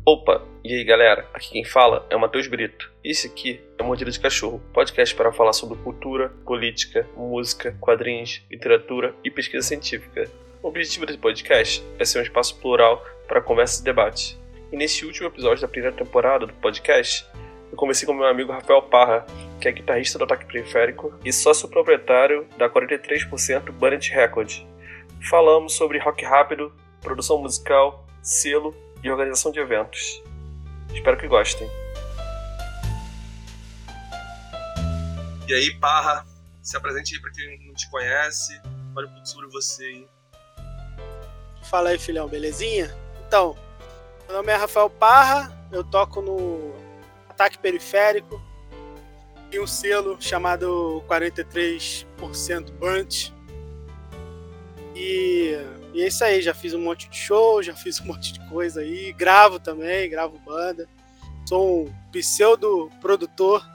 Opa, e aí galera, aqui quem fala é o Matheus Brito. Esse aqui é Mordida de Cachorro, podcast para falar sobre cultura, política, música, quadrinhos, literatura e pesquisa científica. O objetivo desse podcast é ser um espaço plural para conversa e debate. E nesse último episódio da primeira temporada do podcast, eu conversei com meu amigo Rafael Parra, que é guitarrista do Ataque Periférico e sócio proprietário da 43% Burnet Record. Falamos sobre rock rápido, produção musical, selo e organização de eventos. Espero que gostem. E aí, Parra, se apresente aí para quem não te conhece, fale um pouco sobre você aí. Fala aí, filhão, belezinha? Então, meu nome é Rafael Parra, eu toco no Ataque Periférico e um selo chamado 43% Burnt. E é isso aí, já fiz um monte de show, já fiz um monte de coisa aí, gravo também, gravo banda, sou um pseudo-produtor,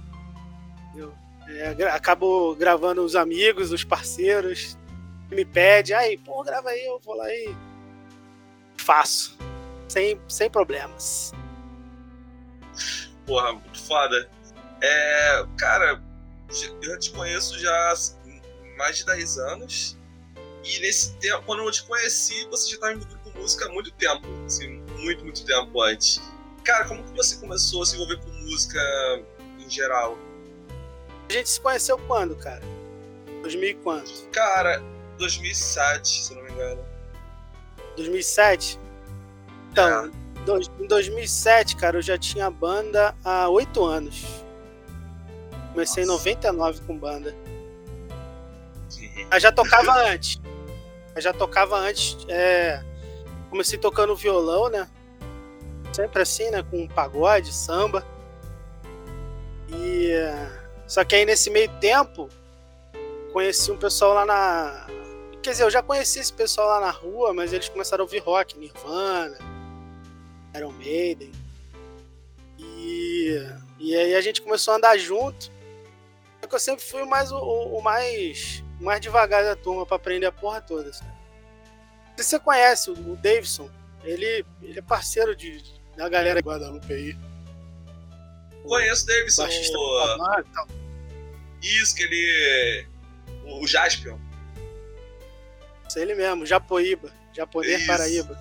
acabo gravando os amigos, os parceiros, me pede, aí, pô, grava aí, eu vou lá e faço, sem problemas. Porra, muito foda. Cara, eu já te conheço já há mais de 10 anos. E nesse tempo, quando eu te conheci, você já estava envolvido com música há muito tempo. Assim, muito tempo antes. Cara, como que você começou a se envolver com música em geral? A gente se conheceu quando, cara? 2000 e quanto? Cara, 2007, se não me engano. 2007? Então, em 2007, cara, eu já tinha banda há 8 anos. Comecei em 99 com banda. Eu já tocava antes. Comecei tocando violão, né? Sempre assim, né? Com pagode, samba. Só que aí nesse meio tempo, conheci um pessoal lá na... Quer dizer, eu já conheci esse pessoal lá na rua, mas eles começaram a ouvir rock, Nirvana, Iron Maiden. E aí a gente começou a andar junto. Só que eu sempre fui o mais devagar da turma pra aprender a porra toda, sabe? Se você conhece o Davidson, ele é parceiro da galera de Guadalupe aí. Conheço o Davidson. Isso, que ele... O Jaspion. Isso, ele mesmo, Japoíba. Japonês Paraíba.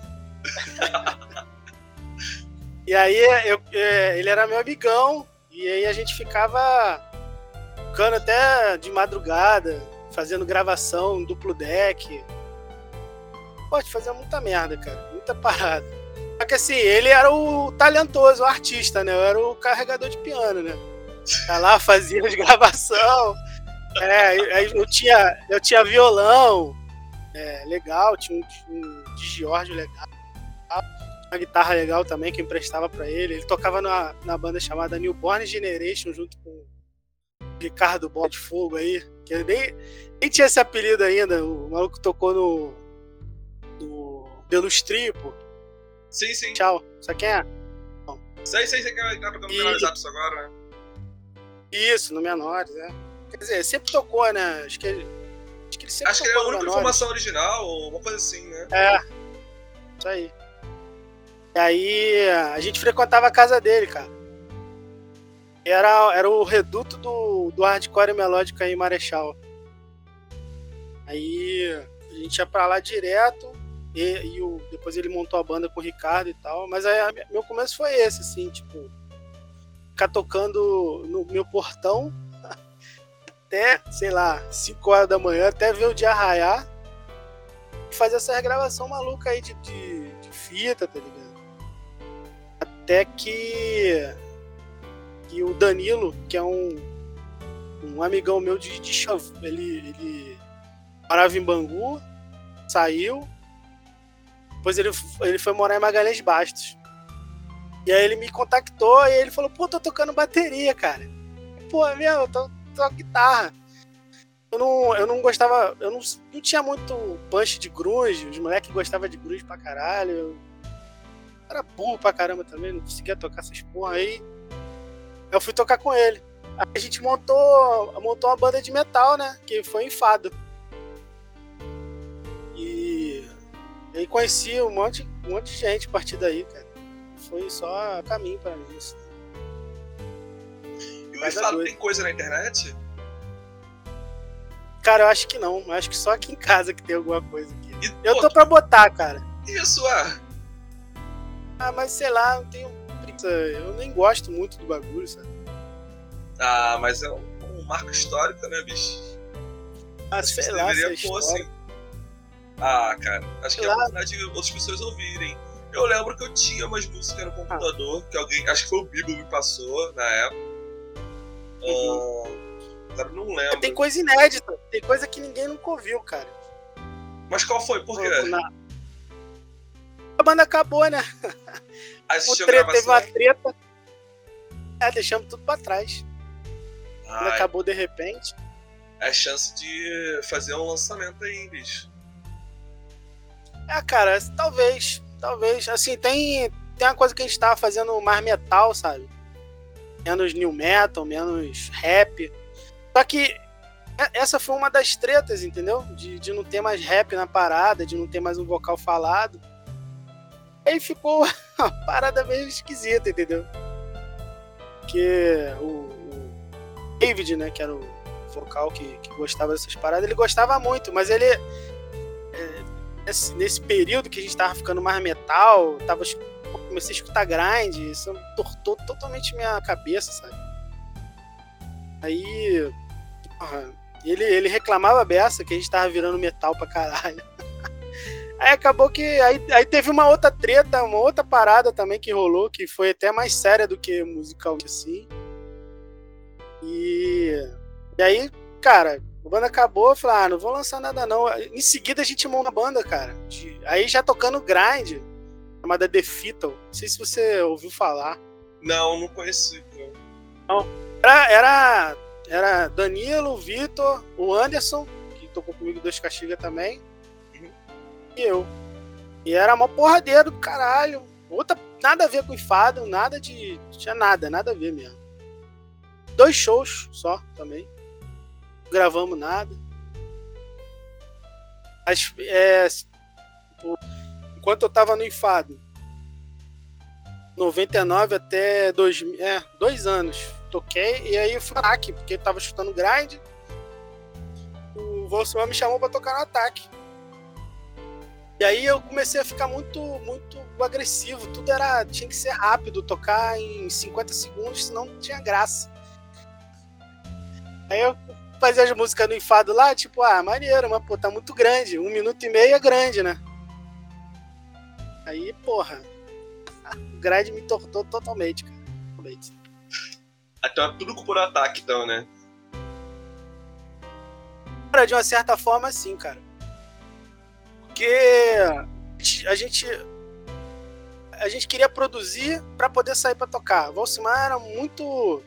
E aí, ele era meu amigão, e aí a gente ficava tocando até de madrugada, fazendo gravação, duplo deck. Pode fazer muita merda, cara. Muita parada. Só que assim, ele era o talentoso, o artista, né? Eu era o carregador de piano, né? Tá lá, fazia as gravações. Aí eu tinha violão. Legal. Tinha um Digiorgio legal. Uma guitarra legal também, que eu emprestava pra ele. Ele tocava na banda chamada Newborn Generation, junto com o Ricardo Bola de Fogo aí. Que ele nem tinha esse apelido ainda. O maluco tocou no Delustrio, pô. Sim. Tchau. Sabe quem é? Sei que tá tocando Menores isso agora, né? Isso, no Menores, Quer dizer, sempre tocou, né? Acho que ele sempre Acho que ele é a única formação original, ou uma coisa assim, né? Isso aí. E aí, a gente frequentava a casa dele, cara. Era o reduto do hardcore melódico aí em Marechal. Aí, a gente ia pra lá direto. Depois ele montou a banda com o Ricardo e tal, mas aí meu começo foi esse, assim, tipo, ficar tocando no meu portão até, sei lá, 5 horas da manhã, até ver o dia raiar, e fazer essa regravação maluca aí de fita, tá ligado? Até que o Danilo, que é um amigão meu de chave, ele morava em Bangu, saiu. Depois ele foi morar em Magalhães Bastos. E aí ele me contactou e ele falou, pô, tô tocando bateria, cara. Pô, é mesmo, eu toco guitarra. Eu não gostava, eu não tinha muito punch de grunge, os moleques gostavam de grunge pra caralho. Eu era burro pra caramba também, não conseguia tocar essas porra aí. Eu fui tocar com ele. Aí a gente montou uma banda de metal, né, que foi Enfado. E aí conheci um monte de gente a partir daí, cara. foi só caminho pra mim. Assim. E o Ifado tem coisa na internet? Cara, eu acho que não. Eu acho que só aqui em casa que tem alguma coisa aqui. E, eu tô pra botar, cara. Isso, Ah, mas sei lá, eu tenho preguiça. Eu nem gosto muito do bagulho, sabe? Ah, mas é um marco histórico, né, bicho? Ah, acho sei lá, deveria pôr assim. Ah, cara, acho que é a oportunidade de outras pessoas ouvirem. Eu lembro que eu tinha umas músicas no computador, que alguém, acho que foi o Bibo me passou na época. Agora não lembro. Tem coisa inédita, tem coisa que ninguém nunca ouviu, cara. Mas qual foi? Por quê? A banda acabou, né? Teve uma treta. Deixamos tudo pra trás. Quando acabou de repente. É chance de fazer um lançamento aí, bicho. Cara, talvez. Assim, tem uma coisa que a gente tava fazendo mais metal, sabe? Menos new metal, menos rap. Só que essa foi uma das tretas, entendeu? De não ter mais rap na parada, de não ter mais um vocal falado. Aí ficou uma parada meio esquisita, entendeu? Porque o David, né, que era o vocal que gostava dessas paradas, ele gostava muito, mas ele... Nesse período que a gente tava ficando mais metal, comecei a escutar grind, isso tortou totalmente minha cabeça, sabe? Aí... Ele reclamava beça que a gente tava virando metal pra caralho. Aí acabou que... Aí teve uma outra treta, uma outra parada também que rolou, que foi até mais séria do que musical, assim. E aí, cara, a banda acabou, eu falei, não vou lançar nada não. Em seguida a gente monta a banda, cara. Aí já tocando grind, chamada The Fetal. Não sei se você ouviu falar. Não conheci. Não. Era Danilo, o Vitor, o Anderson, que tocou comigo Dois Castiga também, e eu. E era uma porradeira do caralho. Nada a ver com Ifado, tinha nada a ver mesmo. 2 shows só também. Não gravamos nada. Mas, enquanto eu tava no Ifado, 99 até 2000, 2 anos. Toquei, e aí eu fui no ataque, porque eu tava chutando grind. O Volkswagen me chamou pra tocar no ataque. E aí eu comecei a ficar muito, muito agressivo. Tudo tinha que ser rápido, tocar em 50 segundos, senão não tinha graça. Aí eu fazia as músicas no Ifado lá, tipo, maneiro, mas pô, tá muito grande. 1 minuto e meio é grande, né? Aí, porra, o grind me tortou totalmente, cara. Totalmente. Então é tudo por ataque, então, né? De uma certa forma, sim, cara. Porque a gente queria produzir pra poder sair pra tocar. O Valsimar era muito...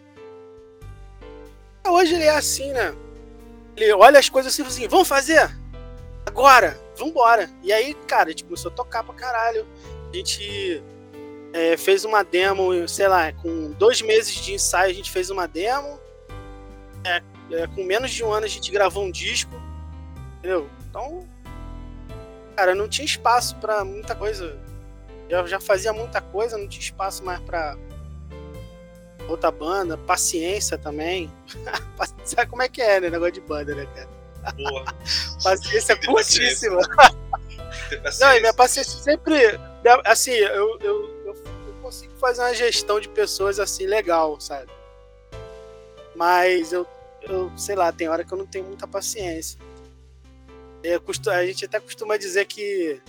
Hoje ele é assim, né? Ele olha as coisas assim, vamos fazer? Agora, vambora. E aí, cara, a gente começou a tocar pra caralho. A gente... fez uma demo, sei lá, com 2 meses de ensaio a gente fez uma demo, com menos de 1 ano a gente gravou um disco, entendeu? Então, cara, não tinha espaço pra muita coisa, eu já fazia muita coisa, não tinha espaço mais pra outra banda, paciência também. Sabe como é que é, né, negócio de banda, né, cara? Boa. Paciência curtíssima. Não, e minha paciência sempre, assim, eu consigo fazer uma gestão de pessoas assim legal, sabe? Mas eu sei lá, tem hora que eu não tenho muita paciência. A gente até costuma dizer que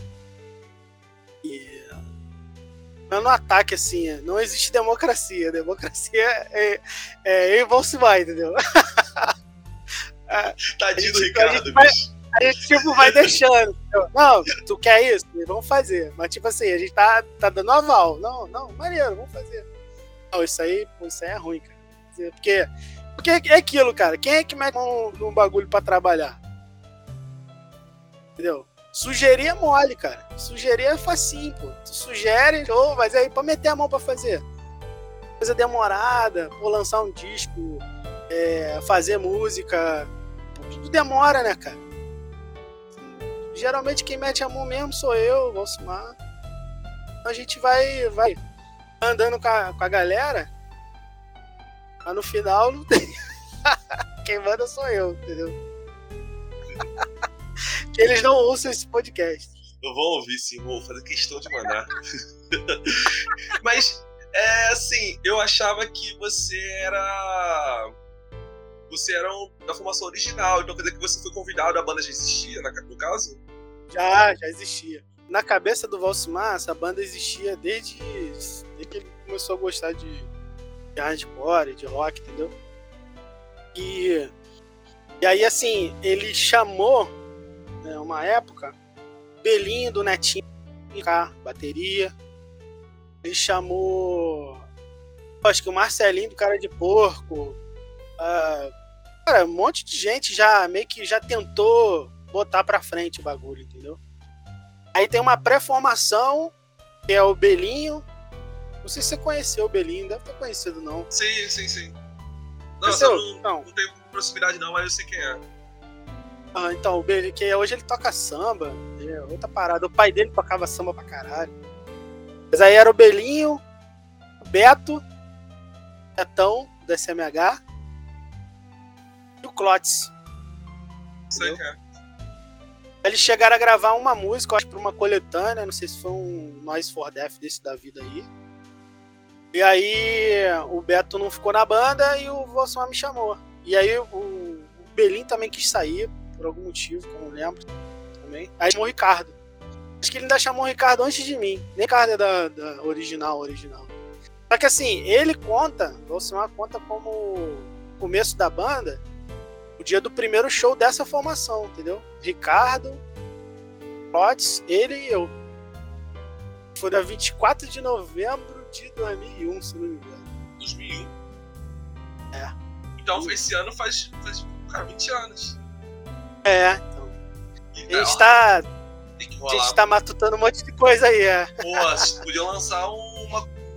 no ataque, assim, não existe democracia. Democracia é Volkswagen, entendeu? Tadinho do Ricardo, bicho. A gente, tipo, vai deixando. Não, tu quer isso? Vamos fazer. Mas, tipo assim, a gente tá dando aval. Não, maneiro, vamos fazer. Não, isso aí é ruim, cara. Porque é aquilo, cara. Quem é que mete num bagulho pra trabalhar? Entendeu? Sugerir é mole, cara. Sugerir é facinho, pô. Tu sugere, mas aí pra meter a mão pra fazer. Coisa demorada, ou lançar um disco, fazer música. Tudo demora, né, cara? Geralmente quem mete a mão mesmo sou eu, o Valsimar. A gente vai andando com a galera, mas no final não tem. Quem manda sou eu, entendeu? Que eles não ouçam esse podcast. Eu vou ouvir sim, vou fazer questão de mandar. Mas, assim, eu achava que você era da formação original, então quer dizer que você foi convidado, a banda já existia, no caso? Já existia. Na cabeça do Valsimar, essa banda existia desde que ele começou a gostar de hardcore, de rock, entendeu? E aí, assim, ele chamou, né, uma época, Belinho do Netinho, bateria. Ele chamou, acho que o Marcelinho do Cara de Porco. Cara, um monte de gente já meio que já tentou botar pra frente o bagulho, entendeu? Aí tem uma pré-formação, que é o Belinho. Não sei se você conheceu o Belinho, deve ter conhecido, não. Sim. Não tenho proximidade não, mas eu sei quem é. Então, o Belinho, que hoje ele toca samba, é outra parada. O pai dele tocava samba pra caralho. Mas aí era o Belinho, o Betão, do SMH, e o Clotes. Sei que é. Eles chegaram a gravar uma música, acho que pra uma coletânea, não sei se foi um Noise for Death desse da vida aí. E aí o Beto não ficou na banda e o Valsimar me chamou. E aí o Belinho também quis sair, por algum motivo, que eu não lembro também. Aí chamou o Ricardo. Acho que ele ainda chamou o Ricardo antes de mim. Nem o Ricardo é da original. Só que assim, o Valsimar conta como o começo da banda, o dia do primeiro show dessa formação, entendeu? Ricardo, Clotes, ele e eu. Foi da 24 de novembro de 2001, se não me engano. 2001? É. Então esse ano faz 20 anos. Então. Então, tem que rolar. A gente tá matutando um monte de coisa aí, Pô, vocês podiam lançar um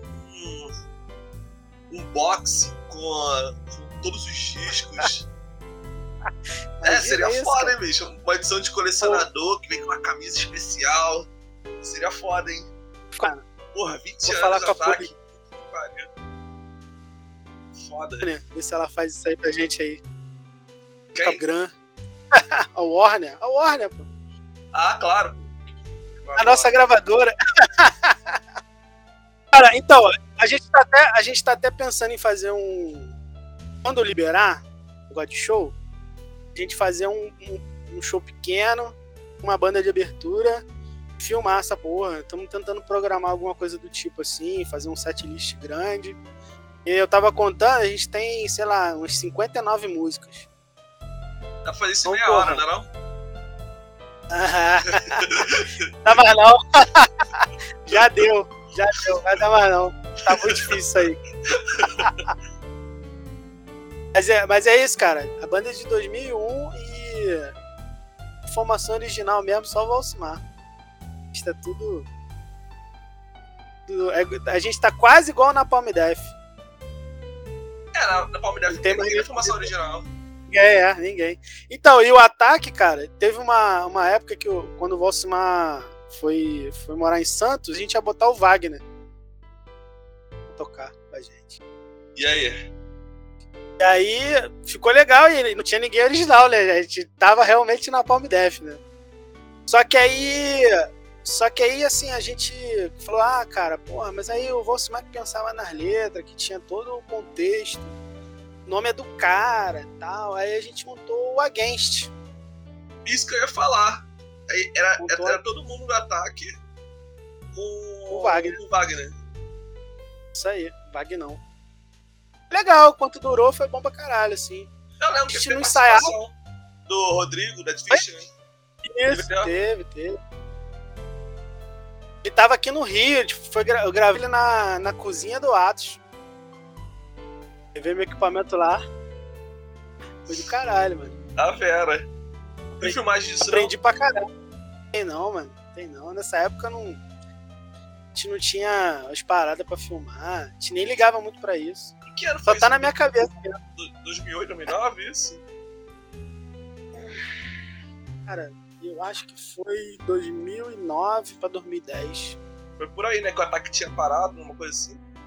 box com todos os discos. Seria isso, foda, cara. hein, bicho? Uma edição de colecionador que vem com uma camisa especial. Seria foda, hein? Cara, Porra, 20 vou anos falar de com a ataque. Poli. Foda. Vê se ela faz isso aí pra gente aí. Quem? A Gran. A Warner, pô. Ah, claro. A nossa gravadora. Cara, então, a gente tá até pensando em fazer quando liberar o God Show, a gente fazer um show pequeno, uma banda de abertura, filmar essa porra. Estamos tentando programar alguma coisa do tipo assim, fazer um setlist grande. E eu tava contando, a gente tem, sei lá, uns 59 músicas. Dá pra fazer isso em Então, meia hora, não é não? Dá mais não. Já deu, vai dar mais não. Tá muito difícil isso aí. Mas é isso, cara. A banda é de 2001 e formação original mesmo, só o Valsimar. Está tudo... A gente tá quase igual na Palm Def. Na Palm Def não tem ninguém na formação original. Ninguém. Então, e o Ataque, cara, teve uma época que quando o Valsimar foi morar em Santos, a gente ia botar o Wagner pra tocar com a gente. E aí? E aí ficou legal e não tinha ninguém original, né? A gente tava realmente na Palm Def, né? Só que aí, assim, a gente falou, cara, porra, mas aí o Valsimar que pensava nas letras, que tinha todo o contexto, o nome é do cara e tal. Aí a gente montou o Against. Isso que eu ia falar. Era todo mundo no Ataque com o Wagner. Isso aí, Vagnão. Legal, quanto durou foi bom pra caralho, assim. Eu lembro A gente que teve não ensaiava. Do Rodrigo, da Fish, né? Isso, teve. Ele tava aqui no Rio, eu gravei ele na cozinha do Atos. Levei meu equipamento lá. Foi do caralho, mano. A Vera. Tem filmagem disso? Aprendi pra caralho. Tem não. Nessa época a gente não tinha as paradas pra filmar. A gente nem ligava muito pra isso. E que ano Só foi tá isso? na minha cabeça. 2008, 2009, isso? Cara, eu acho que foi 2009 pra 2010. Foi por aí, né? Que o Ataque tinha parado, uma coisa assim.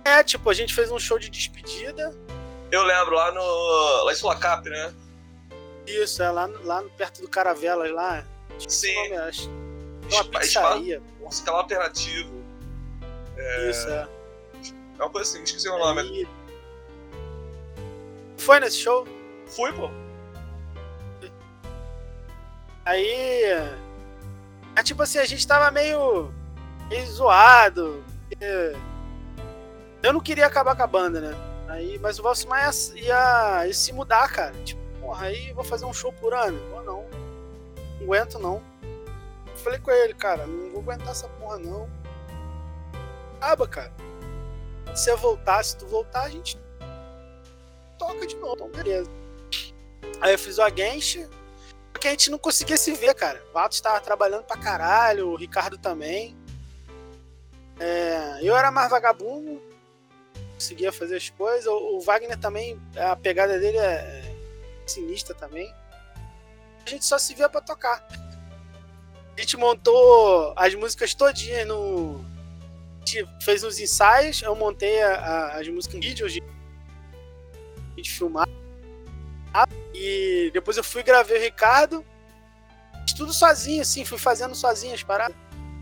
Tipo, a gente fez um show de despedida. Eu lembro, lá em Sulacap, né? Isso, lá perto do Caravelas, lá. Sim. Nome, acho. Tem uma pizzaria. Musical alternativo. Isso, É uma coisa assim, esqueci o nome. Foi nesse show? Fui, pô. Aí... tipo assim, a gente tava meio zoado. Eu não queria acabar com a banda, né? Aí, mas o Valsimar ia se mudar, cara. Tipo, porra, aí vou fazer um show por ano? Ou não. Não aguento, não. Eu falei com ele, cara, não vou aguentar essa porra, não. Acaba, cara. Se tu voltar, a gente toca de novo. Então, beleza. Aí eu fiz o Against, porque a gente não conseguia se ver, cara. O Vatos tava trabalhando pra caralho, o Ricardo também. Eu era mais vagabundo, conseguia fazer as coisas. O Wagner também, a pegada dele é sinistra também. A gente só se via pra tocar. A gente montou as músicas todinhas no... A gente fez uns ensaios, eu montei as músicas em vídeos de a gente filmar. E depois eu fui e gravei o Ricardo. Fiz tudo sozinho, assim, fui fazendo sozinho as paradas.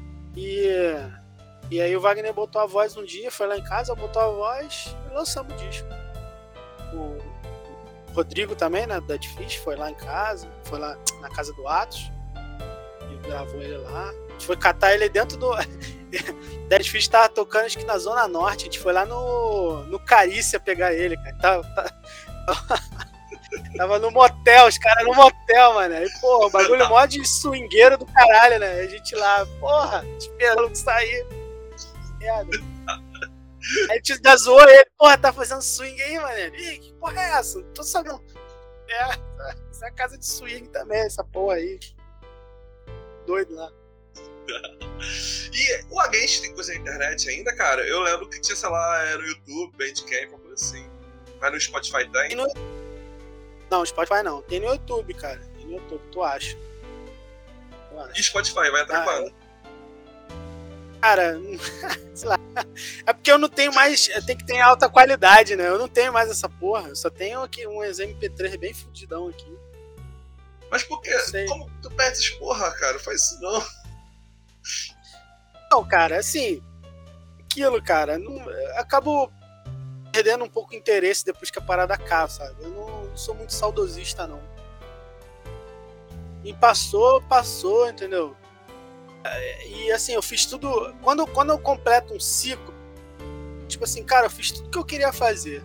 E aí o Wagner botou a voz um dia, foi lá em casa, botou a voz e lançamos o disco. O Rodrigo também, né, da Difícil, foi lá em casa, foi lá na casa do Atos e gravou ele lá. A gente foi catar ele dentro do... Dead Fish tava tocando, acho que na Zona Norte. A gente foi lá no Carícia pegar ele, cara. Tava no motel, os caras no motel, mano. Aí, porra, o bagulho mó de swingueiro do caralho, né? A gente lá, porra, esperando sair. Merda. Aí a gente já zoou ele, porra, tá fazendo swing aí, mano. Ih, que porra é essa? Não tô sabendo. Essa é a casa de swing também, essa porra aí. Doido lá. E o Against tem coisa na internet ainda, cara? Eu lembro que tinha, sei lá, no YouTube, Bandcamp, uma coisa assim. Mas no Spotify tem? Não, Spotify não. Tem no YouTube, cara. Tem no YouTube, tu acha? E Spotify, vai entrar quando? Cara, sei lá. É porque eu não tenho mais... Tem que ter alta qualidade, né? Eu não tenho mais essa porra. Eu só tenho aqui uns MP3 bem fudidão aqui. Mas por quê? Como tu perde essas porra, cara? Faz isso não. Não, cara, assim... Aquilo, cara... Acabo perdendo um pouco o interesse depois que a parada acaba, sabe? Eu não sou muito saudosista, não. E passou, entendeu? E assim, eu fiz tudo... Quando eu completo um ciclo, tipo assim, cara, eu fiz tudo que eu queria fazer.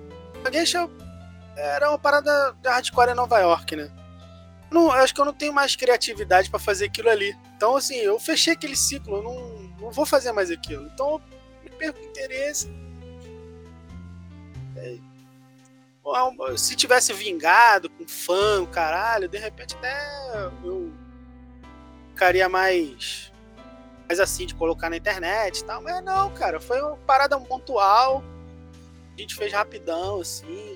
Era uma parada de hardcore em Nova York, né? Eu acho que eu não tenho mais criatividade pra fazer aquilo ali. Então, assim, eu fechei aquele ciclo, eu não vou fazer mais aquilo. Então, eu me perco o interesse. Se tivesse vingado com fã, caralho, de repente até eu ficaria mais assim, de colocar na internet e tal. Mas não, cara, foi uma parada pontual. A gente fez rapidão, assim.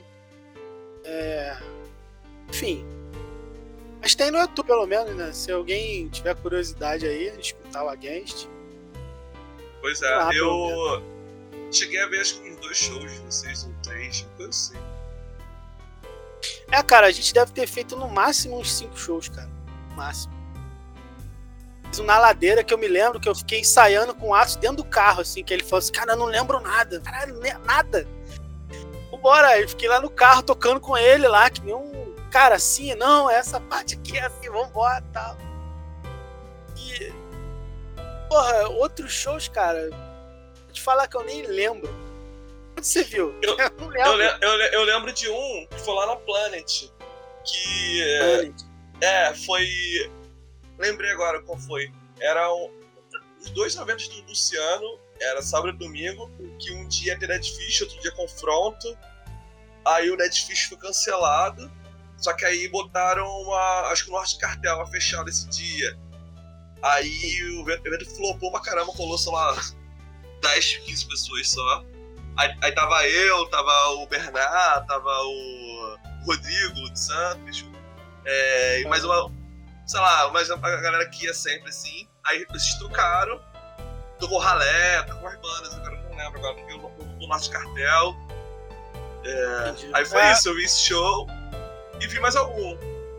Enfim. Mas tem no YouTube, pelo menos, né? Se alguém tiver curiosidade aí, escutar o Against. Pois é, eu cheguei a ver acho que uns 2 shows de vocês, ou 3, uma coisa assim. Cara, a gente deve ter feito no máximo uns 5 shows, cara. No máximo. Fiz um na ladeira que eu me lembro que eu fiquei ensaiando com o Atos dentro do carro, assim, que ele falou assim, cara, eu não lembro nada. Caralho, nada. Vambora, eu fiquei lá no carro tocando com ele lá, que nem um cara assim, não, essa parte aqui é assim, vambora e tal. E, porra, outros shows, cara, vou te falar que eu nem lembro. Onde você viu? Eu não lembro. Eu lembro de um que foi lá na Planet, que foi... Lembrei agora qual foi. Eram os 2 eventos do Luciano, era sábado e domingo, que um dia ia ter Dead Fish, outro dia confronto. Aí o Dead Fish foi cancelado, só que aí botaram acho que o Norte Cartel a fechar nesse dia. Aí o evento flopou pra caramba, colou, sei lá, 10, 15 pessoas só. Aí tava eu, tava o Bernard, tava o Rodrigo de Santos, e mais uma, sei lá, mais a galera que ia sempre assim. Aí eles trocaram, tocou ralé, tocou as bandas, agora eu não lembro agora, porque eu no Norte Cartel. Aí foi isso, eu vi esse show e vi mais algum.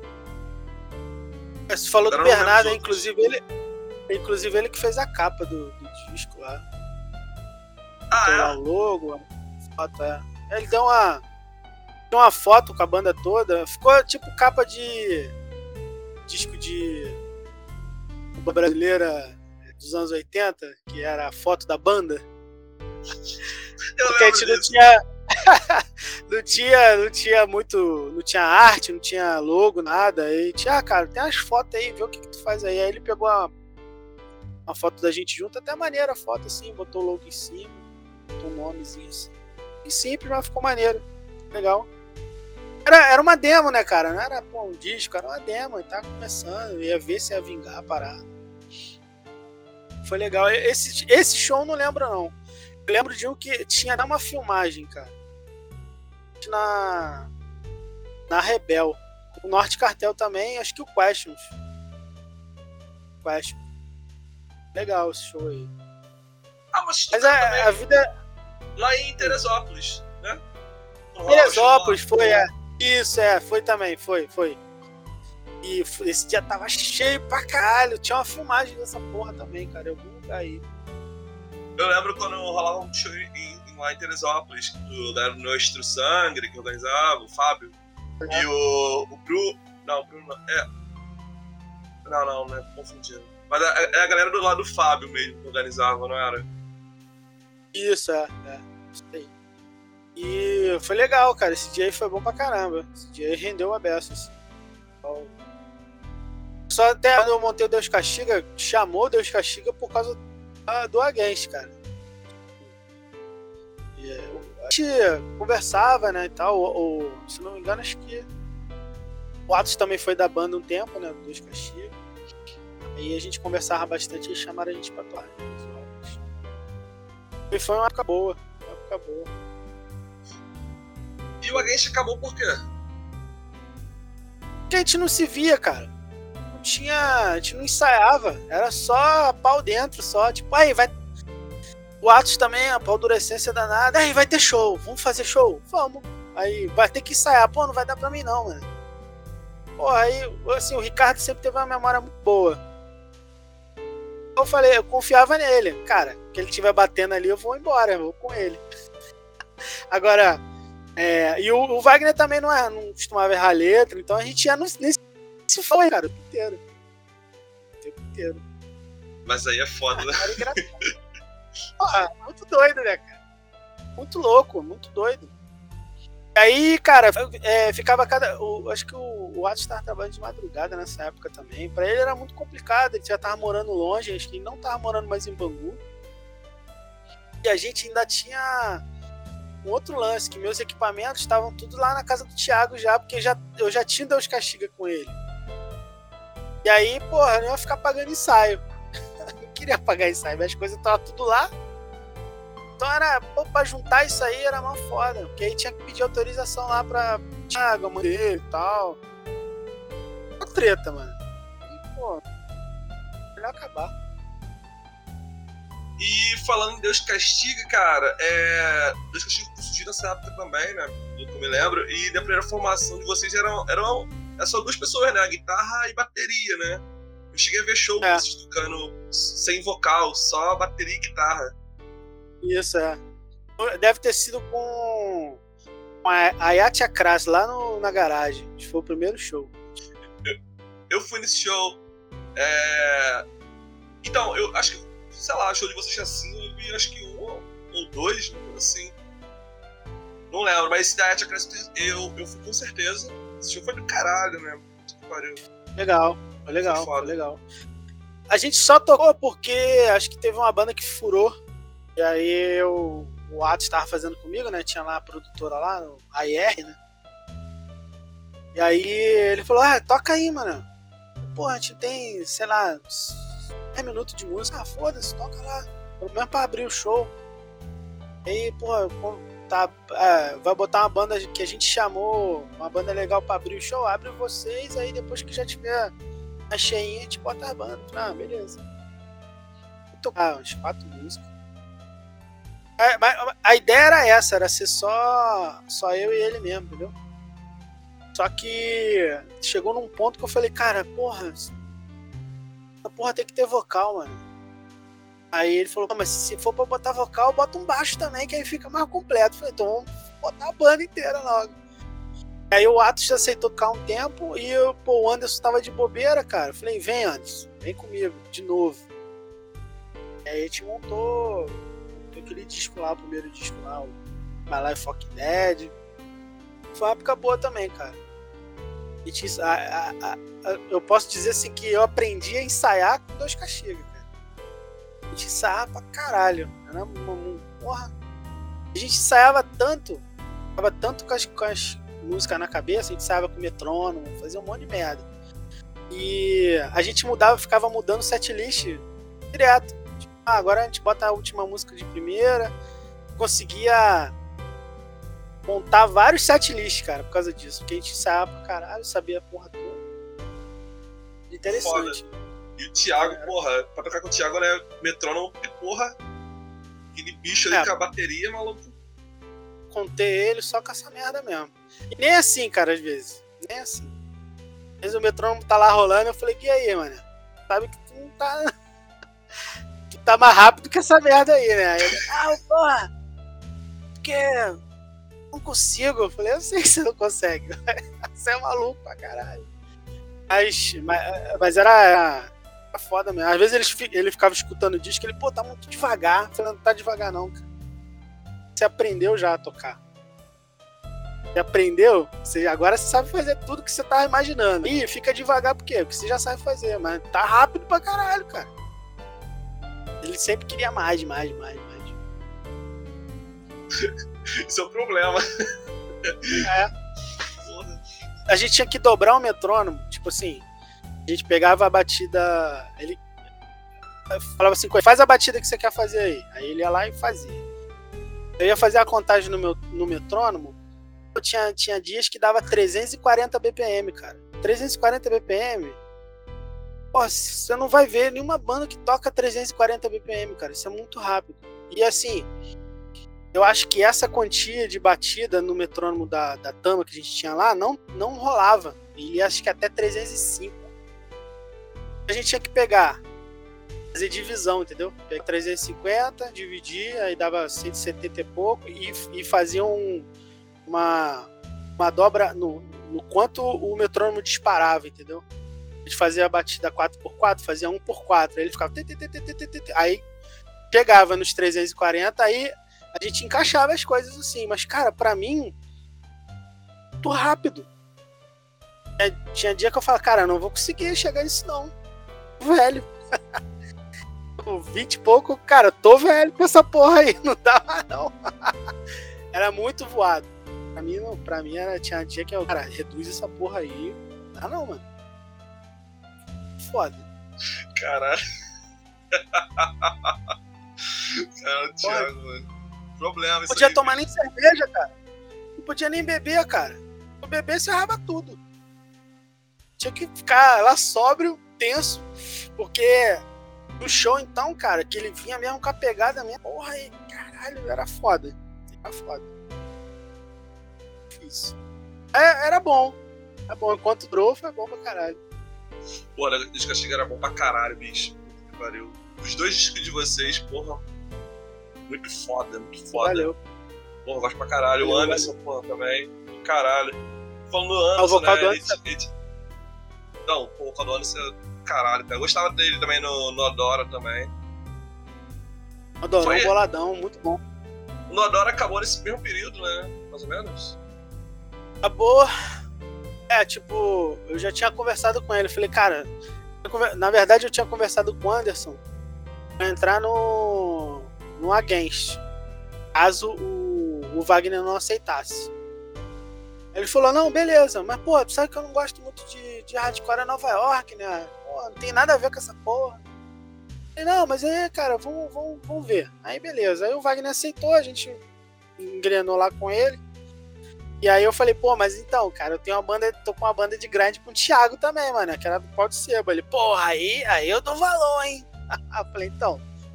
Você falou do Bernardo, inclusive ele que fez a capa do disco lá. Ah, é? O logo, a foto, Ele deu uma foto com a banda toda, ficou tipo capa de disco de brasileira dos anos 80, que era a foto da banda. Porque a gente não tinha muito, não tinha arte, não tinha logo, nada. E tinha, cara, tem umas fotos aí, vê o que tu faz aí. Aí ele pegou uma foto da gente junto, até maneira a foto assim, botou o logo em cima, botou um nomezinho assim. E simples, mas ficou maneiro. Legal. Era uma demo, né, cara? Não era um disco, era uma demo. Ele tava começando, ia ver se ia vingar a parada. Foi legal. Esse show eu não lembro, não. Eu lembro de um que tinha até uma filmagem, cara. Na Rebel. O Norte Cartel também, acho que o Questions. Legal esse show aí. Mas a vida... Lá em Teresópolis, né? Teresópolis, foi, Isso, foi também, foi. E esse dia tava cheio pra caralho. Tinha uma filmagem dessa porra também, cara, em algum lugar aí. Eu lembro quando rolava um show lá em Teresópolis, da Nostro Sangre, que organizava, o Fábio. E o Bruno. Não, o Bruno não. Não é confundindo. Mas é a galera do lado do Fábio mesmo que organizava, não era? Isso, isso aí. E foi legal, cara. Esse dia aí foi bom pra caramba. Esse dia aí rendeu uma beça, assim. Só até quando eu montei o Deus Castiga, chamou o Deus Castiga por causa do Against, cara. E a gente conversava, né, e tal. Se não me engano, acho que o Atos também foi da banda um tempo, né, do Deus Castiga. Aí a gente conversava bastante e chamaram a gente pra tocar. E foi uma época boa. E o Against acabou por quê? Porque a gente não se via, cara. A gente não ensaiava. Era só pau dentro, só. Tipo, aí vai... O Atos também, a paldurecência danada. Aí vai ter show. Vamos fazer show? Vamos. Aí vai ter que ensaiar. Pô, não vai dar pra mim não, mano. Pô, aí, assim, o Ricardo sempre teve uma memória muito boa. Eu falei, eu confiava nele. Cara, que ele estiver batendo ali, eu vou embora. Eu vou com ele. Agora... e o Wagner também não costumava errar letra, então a gente ia nesse foi, cara, o tempo inteiro. Mas aí é foda, né? Era engraçado. Porra, muito doido, né, cara? Muito louco, muito doido. Aí, cara, ficava acho que o Atos estava trabalhando de madrugada nessa época também. Pra ele era muito complicado, ele já tava morando longe, acho que ele não tava morando mais em Bangu. E a gente ainda tinha um outro lance, que meus equipamentos estavam tudo lá na casa do Thiago já, porque eu já tinha Deus Castiga com ele. E aí, porra, eu não ia ficar pagando ensaio. Eu não queria pagar ensaio, mas as coisas estavam tudo lá. Então era, pra juntar isso aí era uma foda, porque aí tinha que pedir autorização lá pra Thiago, a mãe dele e tal. Uma treta, mano. E, pô, melhor acabar. E falando em Deus Castiga, cara, Deus Castiga surgiu nessa época também, né? Do que eu me lembro. E da primeira formação de vocês eram só duas pessoas, né? A guitarra e bateria, né? Eu cheguei a ver show vocês tocando sem vocal, só bateria e guitarra. Isso, deve ter sido com a Yatia Kras lá na garagem. Acho que foi o primeiro show. Eu fui nesse show. Então, eu acho que, sei lá, o show de vocês assim, eu vi acho que um ou dois, assim. Não lembro, mas esse da Yatia Kras eu fui com certeza. Esse show foi do caralho, né? Legal. Foi legal. A gente só tocou porque acho que teve uma banda que furou. E aí o Atos estava fazendo comigo, né? Tinha lá a produtora lá, a IR, né? E aí ele falou, toca aí, mano. Pô, a gente tem, sei lá, 10 minutos de música. Foda-se, toca lá. Pelo menos pra abrir o show. E aí, pô, vai botar uma banda que a gente chamou, uma banda legal pra abrir o show. Abre vocês, aí depois que já tiver a cheinha, a gente bota a banda. Beleza. Vou tocar umas 4 músicas. A ideia era essa, era ser só eu e ele mesmo, entendeu? Só que chegou num ponto que eu falei, cara, essa porra tem que ter vocal, mano. Aí ele falou, mas se for pra botar vocal, bota um baixo também, que aí fica mais completo. Eu falei, então vamos botar a banda inteira logo. Aí o Atos aceitou tocar um tempo e o Anderson tava de bobeira, cara. Eu falei, vem Anderson, vem comigo, de novo. Aí a gente montou aquele disco lá, o primeiro disco lá, o My Life Fuck Dead. Foi uma época boa também, cara. Eu posso dizer assim que eu aprendi a ensaiar com 2 Caxigas, cara. A gente ensaiava pra caralho. Era porra. A gente ensaiava tanto com as músicas na cabeça, a gente ensaiava com metrônomo, fazia um monte de merda. E a gente ficava mudando o setlist direto. Tipo, agora a gente bota a última música de primeira. Conseguia montar vários setlists, cara, por causa disso. Porque a gente ensaiava pra caralho, sabia a porra toda. Interessante. Foda. E o Thiago, porra, pra tocar com o Thiago, né? Metrônomo, porra. Aquele bicho ali com a bateria, maluco. Contei ele só com essa merda mesmo. E nem assim, cara, às vezes. Nem assim. Às vezes o metrônomo tá lá rolando, eu falei, e aí, mano? Sabe que tu não tá. Tu tá mais rápido que essa merda aí, né? Aí ele, porra! Porque não consigo. Eu falei, eu sei que você não consegue. Você é maluco pra caralho. Mas era foda mesmo. Às vezes ele ficava escutando o disco e ele, tá muito devagar. Eu falei, não tá devagar não, cara. Você aprendeu já a tocar. Você aprendeu? Agora você sabe fazer tudo que você tava imaginando. E fica devagar por quê? Porque você já sabe fazer. Mas tá rápido pra caralho, cara. Ele sempre queria mais. Isso é um problema. A gente tinha que dobrar o metrônomo. Tipo assim, a gente pegava a batida. Ele falava assim, faz a batida que você quer fazer aí. Aí ele ia lá e fazia. Eu ia fazer a contagem no metrônomo. Eu tinha dias que dava 340 BPM, cara. 340 BPM. Pô, você não vai ver nenhuma banda que toca 340 BPM, cara. Isso é muito rápido. E assim, eu acho que essa quantia de batida no metrônomo da Tama que a gente tinha lá não rolava. E acho que até 305. A gente tinha que fazer divisão, entendeu? Pegar 350, dividir, aí dava 170 e pouco e fazia uma dobra no quanto o metrônomo disparava, entendeu? A gente fazia a batida 4x4, fazia 1x4, aí ele ficava aí chegava nos 340, aí a gente encaixava as coisas assim, mas cara, pra mim muito rápido. Tinha dia que eu falava, cara, não vou conseguir chegar nisso não, velho. 20 e pouco, cara, tô velho com essa porra aí, não dá mais não. Era muito voado. Pra mim tinha dia que eu, cara, reduz essa porra aí. Não dá não, mano. Foda. Caralho. Cara, Thiago, mano. Problema isso. Não podia aí, tomar nem cerveja, cara. Não podia nem beber, cara. Se beber, você errava tudo. Tinha que ficar lá sóbrio, tenso, porque no show, então, cara, que ele vinha mesmo com a pegada mesmo. Porra, aí, caralho, era foda. Era foda. Difícil. Era bom. Era bom. Enquanto durou, foi bom pra caralho. Porra, o disco Caxiga era bom pra caralho, bicho. Que pariu. Os 2 discos de vocês, porra. Muito foda, muito foda. Valeu. Porra, gosto pra caralho. O Anderson, porra, também. Caralho. Falando do Anderson, o vocal né? do Anderson. Não, o vocal do Anderson, caralho, cara. Eu gostava dele também no Adora também. Adorou, um boladão, muito bom. O Nodora acabou nesse mesmo período, né? Mais ou menos. Acabou. Tipo, eu já tinha conversado com ele. Falei, cara, na verdade eu tinha conversado com o Anderson pra entrar no Against, caso o Wagner não aceitasse. Ele falou, não, beleza, mas pô, tu sabe que eu não gosto muito de hardcore em Nova York, né? Pô, não tem nada a ver com essa porra. Falei, não, mas aí, cara, vamos ver. Aí beleza, aí o Wagner aceitou, a gente engrenou lá com ele. E aí eu falei, pô, mas então, cara, eu tenho tô com uma banda de grind com o Thiago também, mano, que era do Pau de Seba. Ele, porra, aí eu dou valor, hein? Eu falei, então,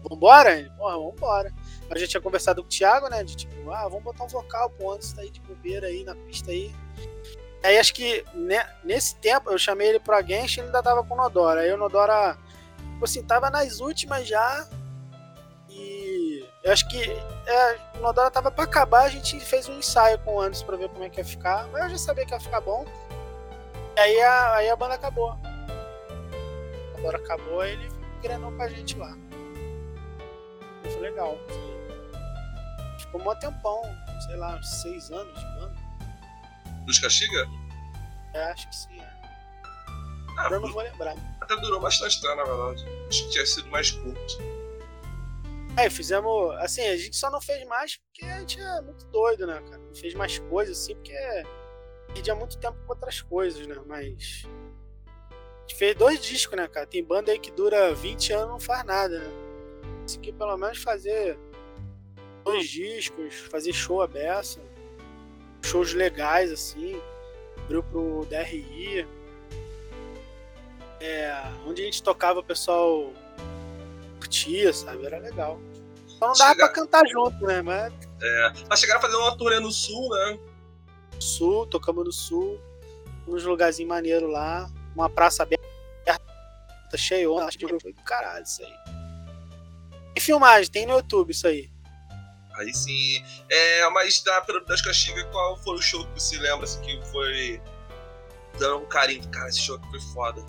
vambora? Ele, porra, vambora. Eu já tinha conversado com o Thiago, né? De tipo, vamos botar um vocal, pô, antes daí de bobeira aí na pista aí. Aí acho que nesse tempo eu chamei ele pro Against e ele ainda tava com o Nodora. Aí o Nodora, tipo assim, tava nas últimas já. E eu acho que o Nodora tava pra acabar, a gente fez um ensaio com o Anderson pra ver como é que ia ficar. Mas eu já sabia que ia ficar bom. E aí a banda acabou. A Nodora acabou, aí ele engrenou com a gente lá. Foi legal. Ficou um tempão, sei lá, uns 6 anos de banda. Dos Castiga? Acho que sim, eu não vou lembrar. Até durou bastante tempo, na verdade. Acho que tinha sido mais curto. Fizemos. Assim, a gente só não fez mais porque a gente é muito doido, né, cara? Não fez mais coisas assim porque perdia muito tempo com outras coisas, né? Mas. A gente fez 2 discos, né, cara? Tem banda aí que dura 20 anos e não faz nada, né? Isso aqui pelo menos fazer 2 discos, fazer show aberto, shows legais, assim. Abriu pro DRI. Onde a gente tocava, o pessoal curtia, sabe? Era legal. Só não dava pra cantar junto, né? Mas chegaram a fazer uma turnê no Sul, né? Sul, tocamos no Sul. Uns lugarzinhos maneiros lá. Uma praça aberta, cheio. Acho que foi do caralho isso aí. E filmagem, tem no YouTube isso aí. Aí sim. Mas das Castigas, qual foi o show que você lembra assim, que foi dando um carinho? Cara, esse show aqui foi foda.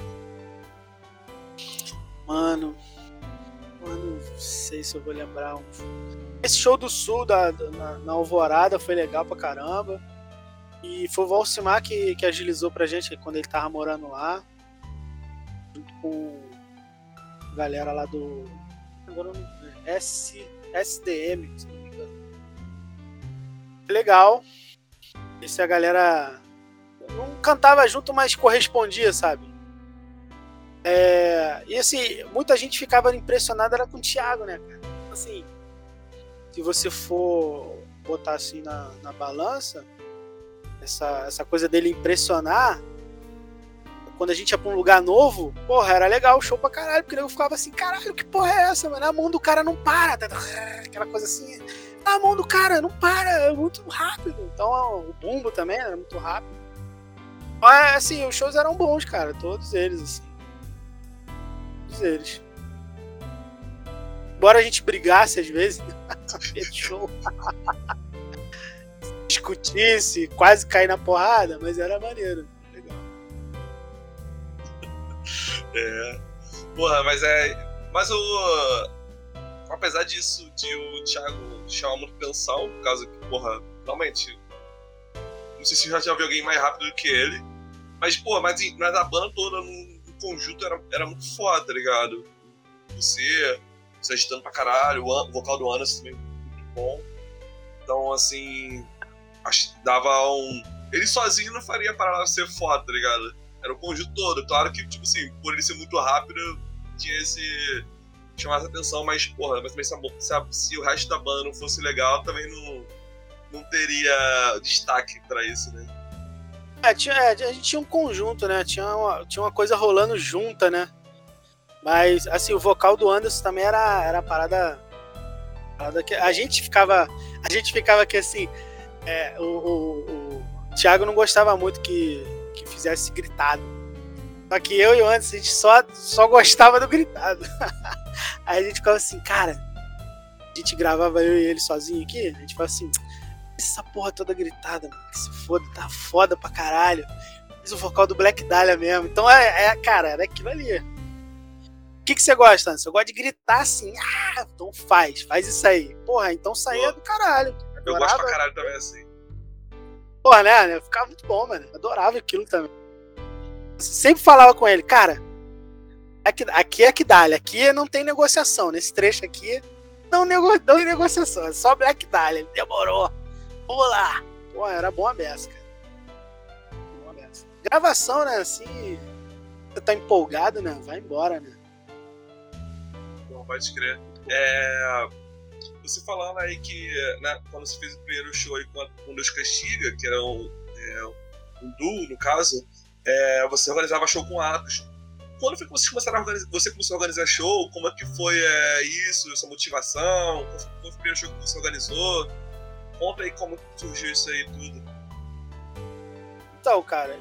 Mano, não sei se eu vou lembrar. Esse show do Sul na Alvorada foi legal pra caramba. E foi o Valcimar que agilizou pra gente quando ele tava morando lá. Junto com a galera lá do. Agora SDM, se não me engano. Legal. Esse a galera não cantava junto, mas correspondia, sabe? E assim, muita gente ficava impressionada era com o Thiago, né, cara? Assim, se você for botar assim na balança, essa coisa dele impressionar, quando a gente ia pra um lugar novo, porra, era legal o show pra caralho, porque eu ficava assim, caralho, que porra é essa, mano? A mão do cara não para, aquela coisa assim, a mão do cara não para, é muito rápido. Então o bumbo também era muito rápido. Mas assim, os shows eram bons, cara, todos eles, assim. Todos eles. Embora a gente brigasse às vezes, show. Discutisse, quase cair na porrada, mas era maneiro. Porra, mas apesar disso, de o Thiago chamar muito atenção, por causa que, porra, realmente, não sei se já ouviu alguém mais rápido do que ele, mas, porra, mas a banda toda, no conjunto, era muito foda, tá ligado? Você agitando pra caralho, o vocal do Anderson também muito bom. Então, assim, dava ele sozinho não faria para ser foda, tá ligado? Era o conjunto todo. Claro que, tipo assim, por ele ser muito rápido, tinha chamar essa atenção, mas, porra, mas também se o resto da banda não fosse legal, também não teria destaque pra isso, né? A gente tinha um conjunto, né? Tinha uma coisa rolando junta, né? Mas, assim, o vocal do Anderson também era a parada que a gente ficava aqui assim, o Thiago não gostava muito que fizesse gritado. Só que eu e o Anderson, a gente só gostava do gritado. Aí a gente ficava assim, cara, a gente gravava eu e ele sozinho aqui, a gente ficava assim, essa porra toda gritada, mano, que se foda, tá foda pra caralho. Fiz o vocal do Black Dahlia mesmo. Então cara, era aquilo ali. O que você gosta, Anderson? Eu gosto de gritar assim, então faz isso aí. Porra, então saía do caralho. Eu gosto pra caralho também assim. Porra, né? Ficava muito bom, mano. Adorava aquilo também. Sempre falava com ele, cara, aqui é que dá, aqui não tem negociação. Nesse trecho aqui, não tem negociação. É só Black Dahlia. Demorou. Vamos lá. Pô, era bom a beça, cara. Boa beça. Gravação, né? Assim, você tá empolgado, né? Vai embora, né? Bom, pode crer. Você falando aí que, né, quando você fez o primeiro show aí com Deus Castiga, que era um duo, no caso, você organizava show com Atos. quando foi que vocês começaram a organizar? Você começou a organizar show? Como é que foi isso, essa motivação? Qual foi o primeiro show que você organizou? Conta aí como surgiu isso aí tudo. Então, cara,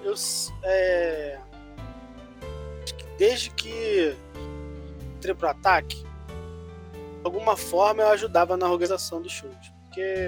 desde que entrei pro Ataque, de alguma forma eu ajudava na organização dos shows. Porque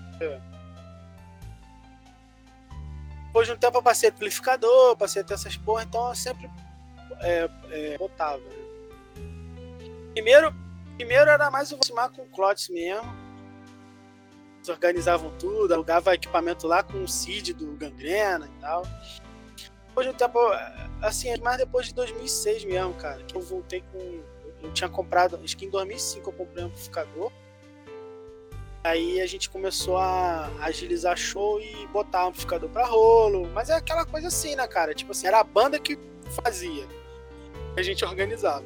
depois de um tempo eu passei a amplificador, passei a ter essas porra, então eu sempre botava. Né? Primeiro era mais o aproximar com o Clotis mesmo. Eles organizavam tudo, alugava equipamento lá com o CID do Gangrena e tal. Depois de um tempo, assim, mas depois de 2006 mesmo, cara, que eu voltei com... Eu tinha comprado, acho que em 2005 eu comprei um amplificador. Aí a gente começou a agilizar show e botar amplificador pra rolo. Mas é aquela coisa assim, né, cara? Tipo assim, era a banda que fazia. A gente organizava.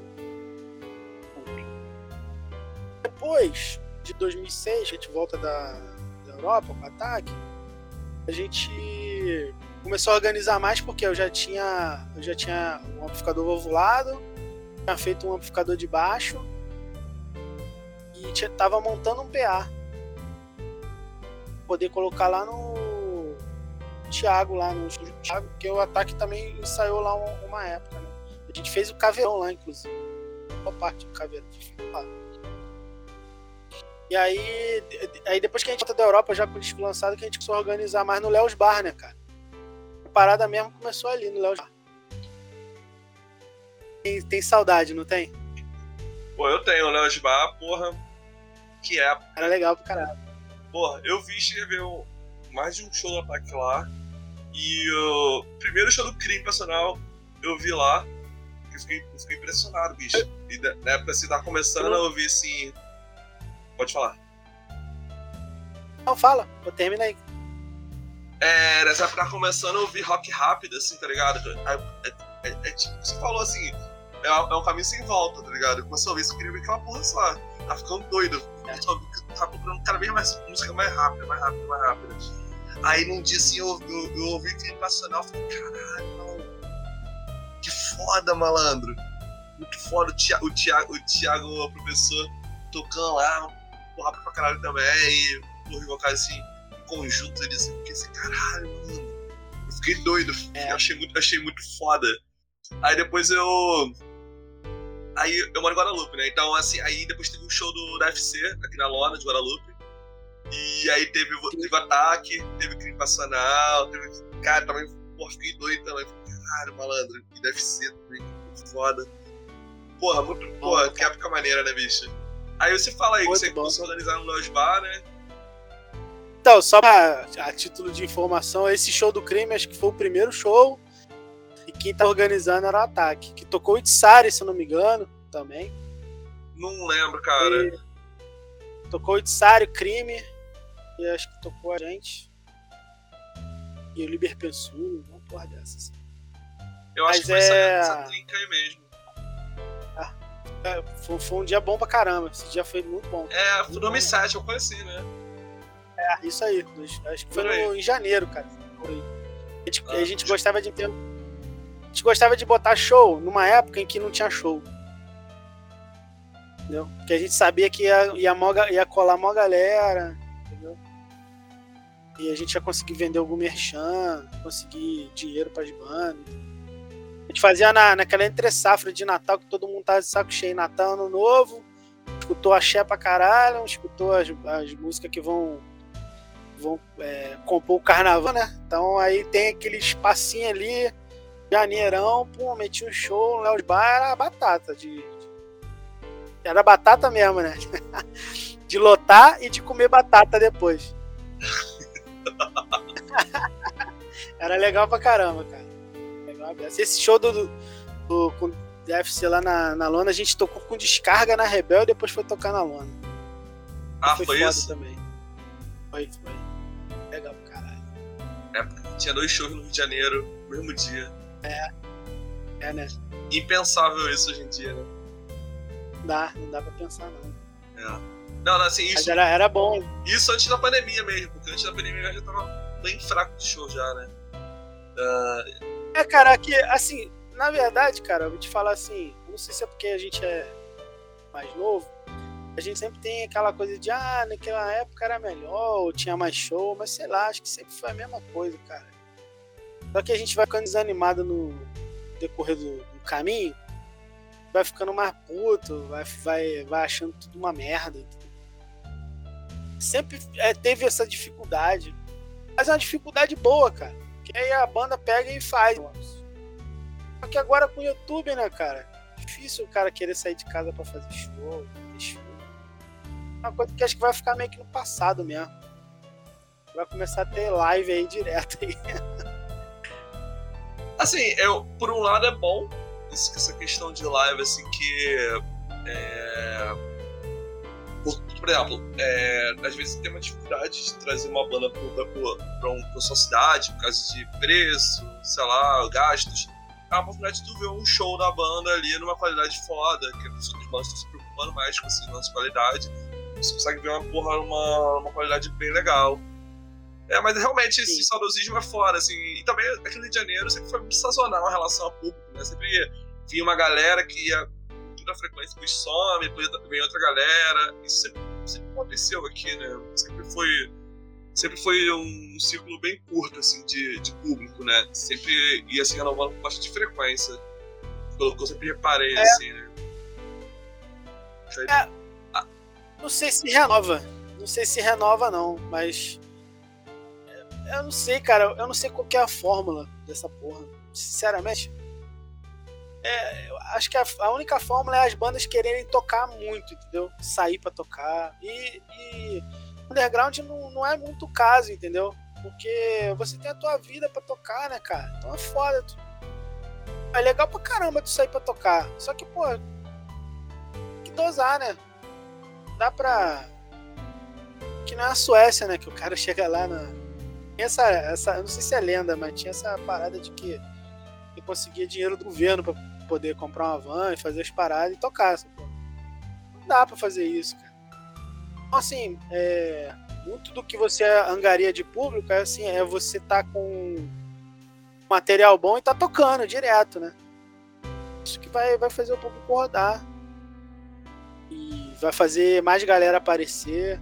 Depois de 2006, a gente volta da Europa com o Ataque. A gente começou a organizar mais porque eu já tinha um amplificador valvulado, tinha feito um amplificador de baixo e tava montando um PA. Poder colocar lá no Thiago, lá no estúdio do Thiago, porque o Ataque também ensaiou lá uma época, né? A gente fez o Caveirão lá, inclusive. Qual parte do Caveirão? E aí depois que a gente volta da Europa, já com o disco lançado, que a gente começou a organizar mais no Léo's Bar, né, cara? A parada mesmo começou ali no Léo's Bar. Tem saudade, não tem? Pô, eu tenho o Léo's Bar, porra. Que época. Era legal pro caralho. Porra, cheguei a ver mais de um show do Ataque lá. E o primeiro show do Crime Passional eu vi lá. Eu fiquei impressionado, bicho. E na época assim, tava começando, eu vi assim. Pode falar. Não, fala, eu termino aí. Nessa época tava começando, eu vi rock rápido, assim, tá ligado? Tipo, você falou assim, é um caminho sem volta, tá ligado? Eu comecei a ouvir isso, eu queria ver aquela porra só. Tava ficando doido. Tava procurando cada vez mais música mais rápida. Aí num dia assim eu ouvi Crime Passional, falei, caralho, malandro. Que foda, malandro. Muito foda. O Thiago, o professor, tocando lá, porra pra caralho também. E porra, vocais assim, em conjunto ali, assim, porque esse caralho, mano. Eu fiquei doido, achei muito foda. Aí depois Aí eu moro em Guadalupe, né? Então, assim, aí depois teve um show da UFC aqui na Lona de Guadalupe. E aí teve Ataque, teve Crime Passional, teve. Cara, também, porra, fiquei doido também. Caralho, malandro. E UFC também, muito foda. Porra, muito. Porra, que época maneira, né, bicho? Aí você fala aí muito que você começou a organizar no Léo's Bar, né? Então, só a título de informação, esse show do Crime, acho que foi o primeiro show. E quem tá organizando era o Ataque, que tocou o Itzari, se eu não me engano, também. Não lembro, cara. Tocou o Itzari, o Crime, e acho que tocou a gente. E o Liber Pensulo, uma porra dessas. Eu acho que foi essa trinca aí mesmo. Foi um dia bom pra caramba, esse dia foi muito bom. Foi 2007, eu conheci, né? Isso aí, acho que foi em janeiro, cara. A gente gostava de ter... A gente gostava de botar show numa época em que não tinha show. Entendeu? Porque a gente sabia que ia colar mó galera, entendeu? E a gente ia conseguir vender algum merchan, conseguir dinheiro pras bandas. A gente fazia naquela entre-safra de Natal, que todo mundo tava de saco cheio, Natal, Ano Novo, escutou axé pra caralho, escutou as músicas que vão compor o carnaval, né? Então aí tem aquele espacinho ali, janeirão, pô, meti um show no Léo's Bar, era batata. Era batata mesmo, né? De lotar e de comer batata depois. Era legal pra caramba, cara. Legal. Esse show com o DFC lá na Lona, a gente tocou com descarga na Rebel e depois foi tocar na Lona. Foi foda isso? Também. Foi. Legal pra caralho. Tinha 2 shows no Rio de Janeiro, no mesmo dia. Né? Impensável isso hoje em dia, né? Não dá pra pensar, não. Não, assim, isso... Mas era bom. Isso antes da pandemia mesmo, porque antes da pandemia eu já tava bem fraco de show já, né? Cara, que, assim, na verdade, cara, eu vou te falar assim, não sei se é porque a gente é mais novo, a gente sempre tem aquela coisa de, naquela época era melhor, ou tinha mais show, mas sei lá, acho que sempre foi a mesma coisa, cara. Só que a gente vai ficando desanimado no decorrer do caminho, vai ficando mais puto, vai achando tudo uma merda. Sempre teve essa dificuldade, mas é uma dificuldade boa, cara, que aí a banda pega e faz. Só que agora com o YouTube, né, cara, difícil o cara querer sair de casa pra fazer show. É uma coisa que acho que vai ficar meio que no passado mesmo. Vai começar a ter live aí direto aí. Assim, por um lado é bom essa questão de live, assim, que por exemplo, às vezes tem uma dificuldade de trazer uma banda pra sua cidade, por causa de preço, sei lá, gastos. É uma oportunidade de tu ver um show da banda ali numa qualidade foda, que as outras bandas estão se preocupando mais com esse lance de qualidade. Você consegue ver uma qualidade bem legal. Mas realmente esse saudosismo é fora, assim. E também aqui no Rio de Janeiro sempre foi muito sazonal em relação ao público, né? Sempre vinha uma galera que ia com toda a frequência, depois some, depois vem outra galera. Isso sempre aconteceu aqui, né? Sempre foi um ciclo bem curto, assim, de público, né? Sempre ia se renovando com bastante frequência. Pelo que eu sempre reparei, assim, né? Não sei se renova. Não sei se renova, não, mas... Eu não sei, cara. Eu não sei qual que é a fórmula dessa porra. Sinceramente. Eu acho que a única fórmula é as bandas quererem tocar muito, entendeu? Sair pra tocar. E underground não é muito o caso, entendeu? Porque você tem a tua vida pra tocar, né, cara? Então é foda. É legal pra caramba tu sair pra tocar. Só que, pô, tem que dosar, né? Dá pra... Que não é a Suécia, né? Que o cara chega lá na... Essa, eu não sei se é lenda, mas tinha essa parada de que ele conseguia dinheiro do governo pra poder comprar uma van e fazer as paradas e tocar. Não dá pra fazer isso, cara. Então, assim, muito do que você angaria de público é você tá com material bom e tá tocando direto, né? Isso que vai fazer o público rodar. E vai fazer mais galera aparecer.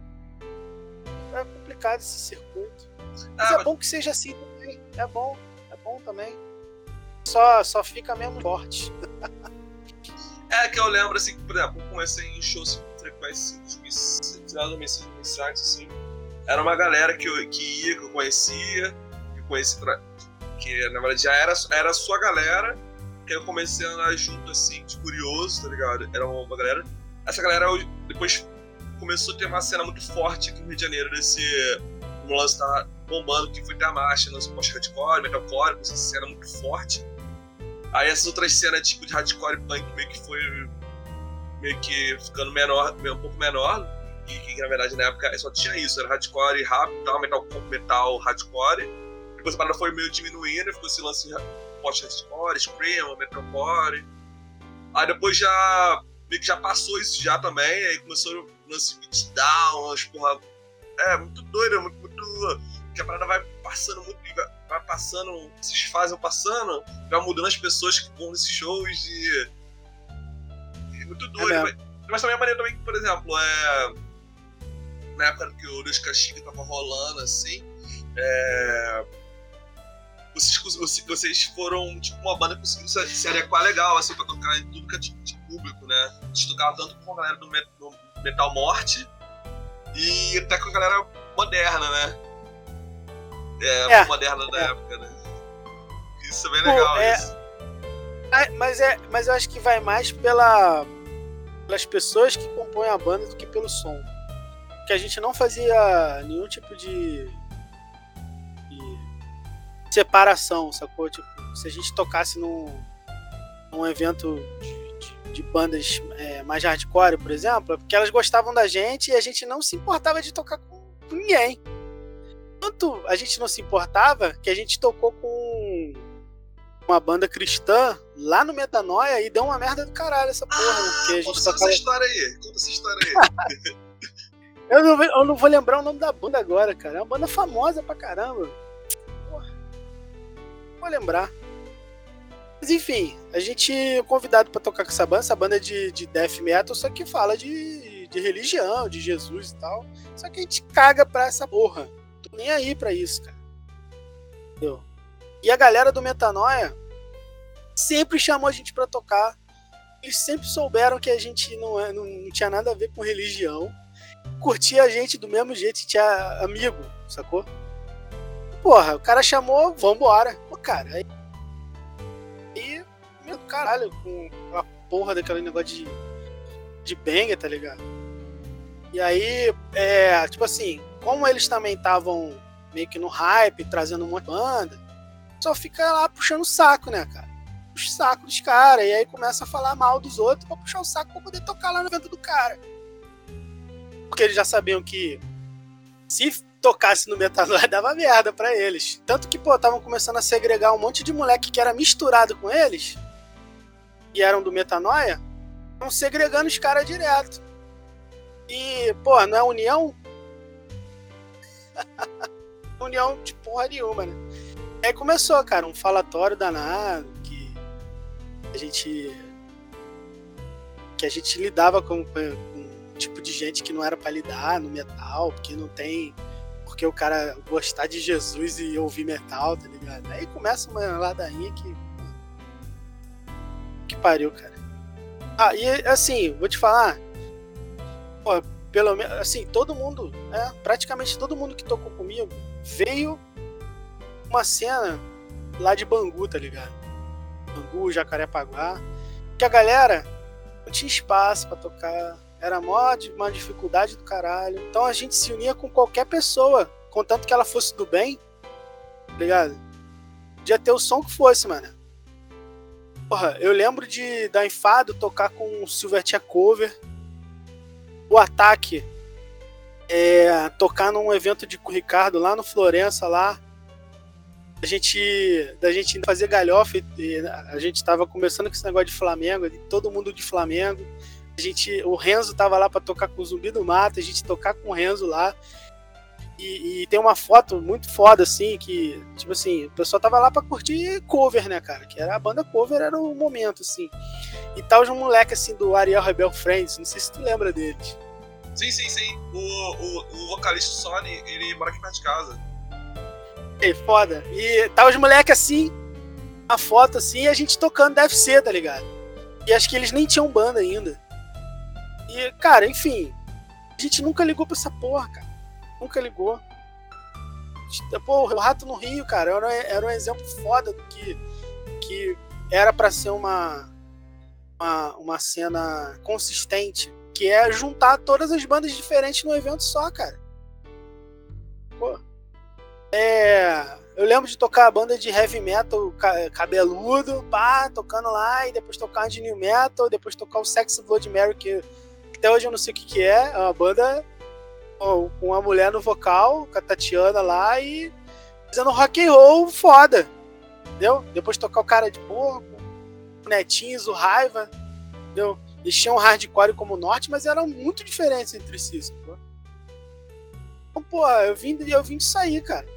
É complicado esse circuito. Mas é bom que seja assim também. É bom também. Só fica mesmo forte. Que eu lembro, assim, por exemplo, eu comecei em shows com frequência em 2007, assim. Era uma galera que eu conhecia, que na verdade já era a sua galera, que eu comecei a andar junto, assim, de curioso, tá ligado? Era uma galera. Essa galera depois começou a ter uma cena muito forte aqui no Rio de Janeiro, no lance tá bombando, que foi até a marcha, lance post-hardcore, metalcore, com essa cena muito forte. Aí essas outras cenas tipo de hardcore e punk meio que ficando um pouco menor, e que na verdade na época só tinha isso, era hardcore, rap e tal, metal hardcore. Depois a parada foi meio diminuindo, ficou esse lance post-hardcore, scream, metalcore. Aí depois meio que já passou isso já também, aí começou o lance beatdown, umas porra... muito doido, muito... Que a parada vai passando muito, vai passando, esses fases vão passando, vai mudando as pessoas que vão nesses shows e... É muito doido. Mas também é maneiro também que, por exemplo, na época que o Deus Castiga tava rolando, assim, vocês foram tipo uma banda que conseguiu se adequar legal, assim, pra tocar em tudo que é tipo de público, né? A gente tocava tanto com a galera do Metal Morte e até com a galera moderna, né? Moderna da época, né? Isso é bem legal, isso. Mas eu acho que vai mais pelas pessoas que compõem a banda do que pelo som. Porque a gente não fazia nenhum tipo de separação, sacou? Tipo, se a gente tocasse num evento de bandas mais hardcore, por exemplo, é porque elas gostavam da gente e a gente não se importava de tocar com ninguém. Tanto a gente não se importava que a gente tocou com uma banda cristã lá no Metanoia e deu uma merda do caralho essa porra, né? Porque a gente conta essa história aí. Eu não vou lembrar o nome da banda agora, cara. É uma banda famosa pra caramba. Porra. Não vou lembrar. Mas enfim, a gente é convidado pra tocar com essa banda de death metal, só que fala de religião, de Jesus e tal. Só que a gente caga pra essa porra. Tô nem aí pra isso, cara. Entendeu? E a galera do Metanoia sempre chamou a gente pra tocar. Eles sempre souberam que a gente não tinha nada a ver com religião. Curtia a gente do mesmo jeito, tinha amigo, sacou? Porra, o cara chamou, vambora. Pô, cara, aí meu caralho, com a porra daquele negócio de banger, tá ligado? E aí, tipo assim, como eles também estavam meio que no hype, trazendo um monte de banda, só fica lá puxando o saco, né, cara? Puxa o saco dos caras, e aí começa a falar mal dos outros pra puxar o saco pra poder tocar lá no evento do cara. Porque eles já sabiam que se tocasse no Metanoia dava merda pra eles. Tanto que, pô, estavam começando a segregar um monte de moleque que era misturado com eles, que eram do Metanoia, estão segregando os caras direto. E, pô, não é união? União de porra nenhuma, né? Aí começou, cara, um falatório danado, que a gente lidava com um tipo de gente que não era pra lidar no metal, porque não tem porque o cara gostar de Jesus e ouvir metal, tá ligado? Aí começa uma ladainha que pariu, cara. Ah, e assim, vou te falar, pô, pelo menos, assim, todo mundo, praticamente todo mundo que tocou comigo veio uma cena lá de Bangu, tá ligado? Bangu, Jacarepaguá, que a galera não tinha espaço pra tocar, era uma dificuldade do caralho. Então a gente se unia com qualquer pessoa, contanto que ela fosse do bem, tá ligado? Podia ter o som que fosse, mano. Porra, eu lembro da Enfado tocar com o Silverchair Cover, o Ataque tocar num evento de Ricardo lá no Florença, lá. Da gente fazer galhofa, e a gente tava começando com esse negócio de Flamengo, todo mundo de Flamengo. O Renzo tava lá pra tocar com o Zumbi do Mato, a gente tocar com o Renzo lá. E tem uma foto muito foda, assim, que, tipo assim, o pessoal tava lá pra curtir cover, né, cara? Que era a banda cover, era o momento, assim. E tá os moleques, assim, do Ariel Rebel Friends, não sei se tu lembra deles. Sim. O vocalista Sony, ele mora aqui perto de casa. Foda. E tá os moleques, assim, a foto, assim, e a gente tocando DFC, tá ligado? E acho que eles nem tinham banda ainda. E, cara, enfim, a gente nunca ligou pra essa porra, cara. Nunca ligou. Pô, o Rato no Rio, cara, era um exemplo foda do que era pra ser uma cena consistente, que é juntar todas as bandas diferentes num evento só, cara. Pô. Eu lembro de tocar a banda de heavy metal cabeludo, pá, tocando lá, e depois tocar de new metal, depois tocar o Sex Blood Mary, que até hoje eu não sei o que é uma banda com uma mulher no vocal, com a Tatiana lá, e fazendo rock and roll foda, entendeu? Depois tocar o Cara de Porco, o Netinhos, o Raiva, entendeu? Eles tinham um hardcore como o Norte, mas eram muito diferentes entre si, pô. Então, pô, eu vim disso aí, cara.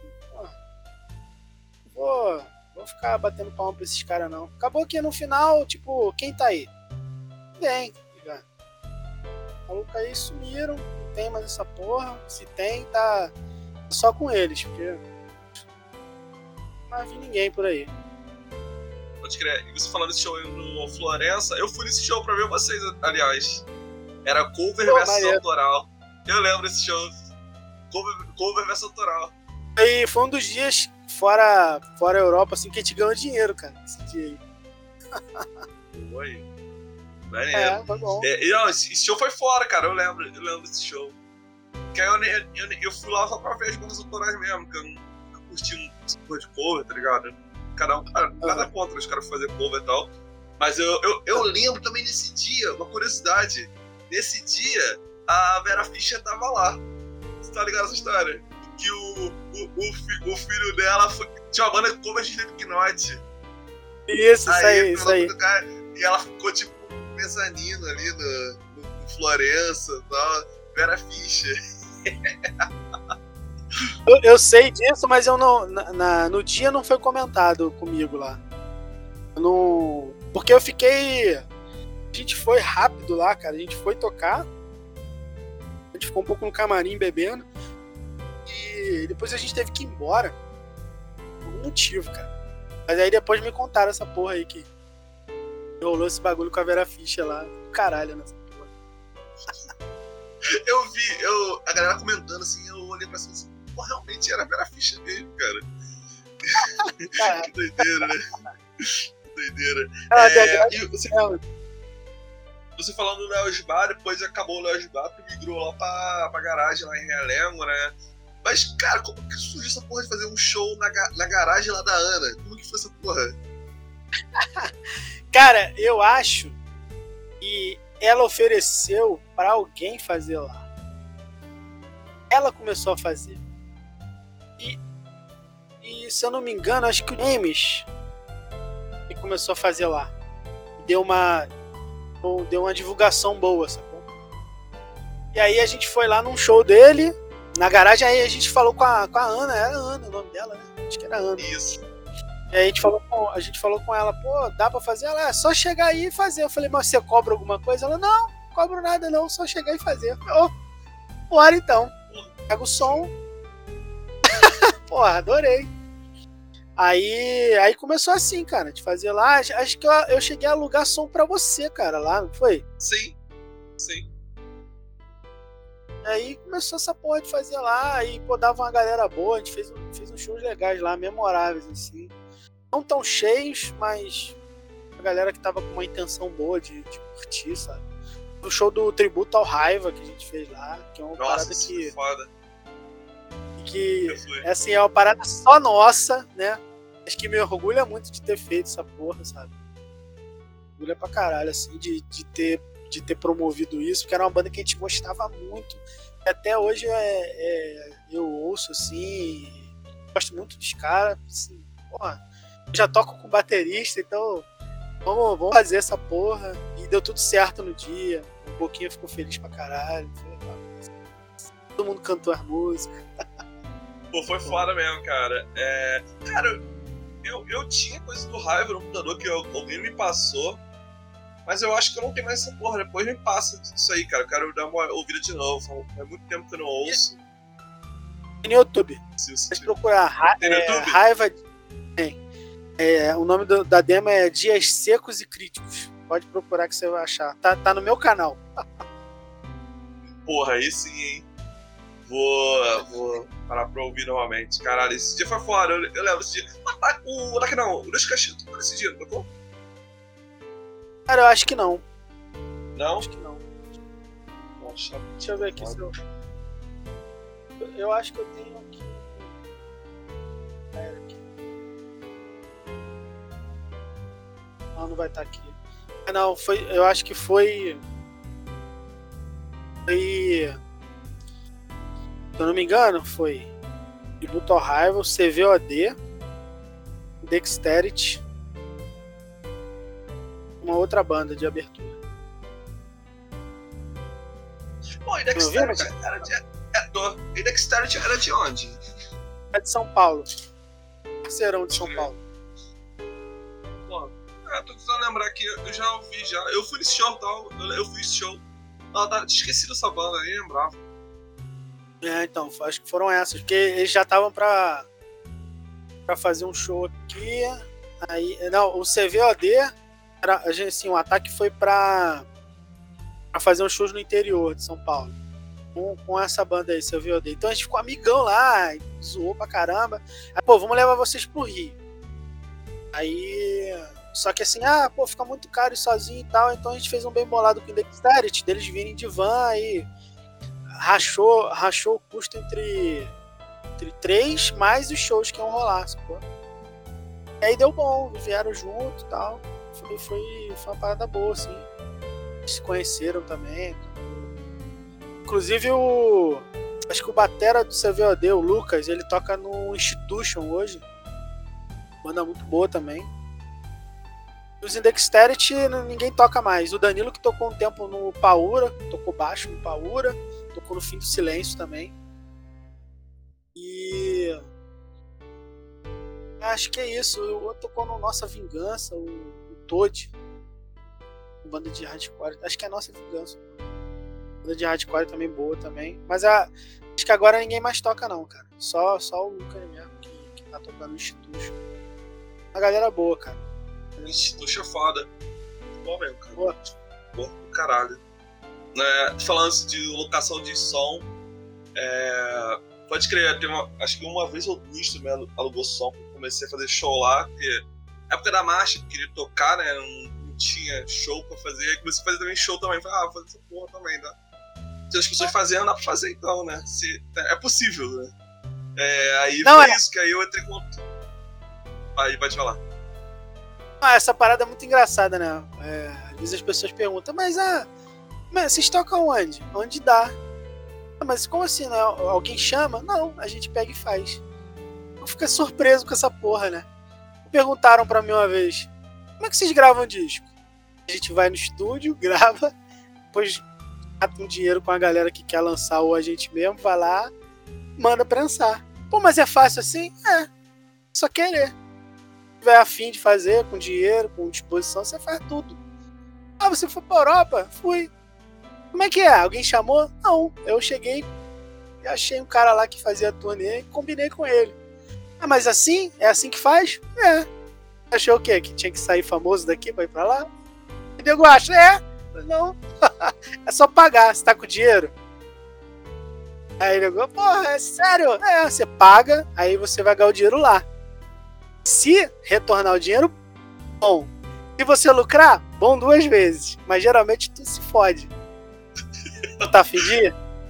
Vou ficar batendo palma pra esses caras, não. Acabou que no final, tipo, quem tá aí? Ninguém, tá ligado? Os malucos aí sumiram, não tem mais essa porra. Se tem, tá só com eles, porque não vi ninguém por aí. Pode crer. E você falando desse show no Florença, eu fui nesse show pra ver vocês, aliás. Era cover versus autoral. Eu lembro desse show. Cover versus autoral. E foi um dos dias fora a Europa, assim, que a gente ganhou dinheiro, cara, esse dia aí. Foi. Maneiro. Foi bom. Não, esse show foi fora, cara, eu lembro desse show. Porque aí eu fui lá só pra ver as bandas autorais mesmo, que eu nunca curti um de cover, tá ligado? Nada contra os caras fazer cover e tal. Mas eu lembro também nesse dia, uma curiosidade, nesse dia a Vera Fischer tava lá. Você tá ligado essa história? Que o filho dela tinha uma banda cover de Slipknot. Isso aí. Cara, e ela ficou tipo mezanino ali no Florença e tal. Vera Fischer. Eu sei disso, mas eu não. No dia não foi comentado comigo lá. Porque eu fiquei... A gente foi rápido lá, cara. A gente foi tocar. A gente ficou um pouco no camarim bebendo. E depois a gente teve que ir embora. Por algum motivo, cara. Mas aí depois me contaram essa porra aí que rolou esse bagulho com a Vera Fischer lá. Caralho, nessa porra. Eu vi, a galera comentando assim, eu olhei pra cima assim, pô, realmente era a Vera Fischer mesmo, cara. Que doideira, né? Que doideira. Você falando do Léo Bar, depois acabou o Léo Bar, migrou lá pra garagem lá em Realengo, né? Mas, cara, como que surgiu essa porra de fazer um show na garagem lá da Ana? Como que foi essa porra? Cara, eu acho que ela ofereceu pra alguém fazer lá. Ela começou a fazer. E se eu não me engano, acho que o James começou a fazer lá. Deu uma divulgação boa, sacou? E aí a gente foi lá num show dele, na garagem, aí a gente falou com a Ana, era Ana o nome dela, né? Acho que era Ana. Isso. E aí a gente falou com ela, pô, dá pra fazer? Ela, é só chegar aí e fazer. Eu falei, mas você cobra alguma coisa? Ela, não cobro nada não, só chegar e fazer. Eu falei, bora então. Pega o som. Porra, adorei. Aí começou assim, cara, de fazer lá. Acho que eu cheguei a alugar som pra você, cara, lá, não foi? Sim. Aí começou essa porra de fazer lá, aí pô, dava uma galera boa, a gente fez uns shows legais lá, memoráveis, assim. Não tão cheios, mas a galera que tava com uma intenção boa de curtir, sabe? O show do tributo ao Raiva que a gente fez lá, que é uma parada que... foda. Que, assim, é uma parada só nossa, né? Acho que me orgulha muito de ter feito essa porra, sabe? Orgulha pra caralho, assim, de ter promovido isso, porque era uma banda que a gente gostava muito. E até hoje eu ouço, assim, gosto muito dos caras, assim, porra, eu já toco com baterista, então vamos fazer essa porra. E deu tudo certo no dia, o Boquinha ficou feliz pra caralho, foi legal. Todo mundo cantou as músicas. Pô, foi foda mesmo, cara. Cara, eu tinha coisa do Raiva no computador que alguém me passou, mas eu acho que eu não tenho mais essa porra. Depois me passa isso aí, cara. Eu quero dar uma ouvida de novo. Faz muito tempo que eu não ouço. No YouTube. Se você procurar Raiva. O nome da demo é Dias Secos e Críticos. Pode procurar que você vai achar. Tá no meu canal. Porra, aí sim, hein? Vou parar pra ouvir novamente. Caralho, esse dia foi foda. Eu lembro esse dia. O Ataque não, o Dois Cachorros tocou nesse dia, não tocou? Cara, eu acho que não. Não? Acho que não. Deixa eu ver aqui se eu acho que eu tenho aqui. Não vai estar aqui. Não, eu acho que foi. Se eu não me engano, foi Tributo ao Raiva, CVOD, Dexterity, uma outra banda de abertura. Pô, e Dexterity era de onde? É de São Paulo. Parceirão de São Paulo. Pô, tô tentando lembrar que eu já ouvi já. Eu fui nesse show, tal. Eu fui nesse show. Tinha esquecido essa banda, nem lembrava. Então, acho que foram essas, porque eles já estavam pra fazer um show aqui. Aí, não, o CVOD era, assim, o Ataque foi pra fazer uns shows no interior de São Paulo com essa banda aí, CVOD. Então a gente ficou amigão lá, zoou pra caramba. Aí, pô, vamos levar vocês pro Rio. Aí, só que assim, fica muito caro ir sozinho e tal, então a gente fez um bem bolado com o Dexterity, deles virem de van aí. Rachou o custo entre 3 mais os shows que iam rolar, sacou? E aí deu bom, vieram junto e tal. Foi uma parada boa, assim. Eles se conheceram também. Inclusive acho que o batera do CVOD, o Lucas, ele toca no Institution hoje. Banda muito boa também. Os Dexterity ninguém toca mais. O Danilo, que tocou um tempo no Paura, tocou baixo no Paura, tocou no Fim do Silêncio também. E Acho que é isso. Eu tocou no Nossa Vingança, o Toad. Banda de hardcore. Acho que é a Nossa Vingança. Banda de hardcore também boa também. Mas acho que agora ninguém mais toca não, cara. Só o Lucas mesmo que tá tocando no Instituto. Uma galera boa, cara. Instituto é foda. Muito bom mesmo, cara. Boa. Boa do caralho. Falando de locação de som, pode crer, acho que uma vez ou duas também alugou som. Comecei a fazer show lá, porque época da marcha, eu queria tocar, né? Não tinha show pra fazer. Aí comecei a fazer também show também. Falei, vou fazer essa porra também, tá? Se as pessoas fazendo, dá pra fazer então, né? É possível, né? Aí não, foi isso, que aí eu entrei com. Aí pode falar. Essa parada é muito engraçada, né? Às vezes as pessoas perguntam, mas vocês tocam onde? Onde dá. Mas como assim, né? Alguém chama? Não, a gente pega e faz. Eu fico surpreso com essa porra, né? Perguntaram pra mim uma vez, como é que vocês gravam disco? A gente vai no estúdio, grava, depois gasta um dinheiro com a galera que quer lançar ou a gente mesmo, vai lá, manda prensar. Pô, mas é fácil assim? Só querer. Se tiver afim de fazer, com dinheiro, com disposição, você faz tudo. Você foi pra Europa? Fui. Como é que é? Alguém chamou? Não. Eu cheguei e achei um cara lá que fazia turnê e combinei com ele. Mas assim? É assim que faz? Achou o quê? Que tinha que sair famoso daqui pra ir pra lá? E nego acha? Não. É só pagar. Você tá com dinheiro? Aí nego, porra, é sério? Você paga, aí você vai ganhar o dinheiro lá. Se retornar o dinheiro, bom. Se você lucrar, bom 2 vezes. Mas geralmente tu se fode. Tu tá afim de ir?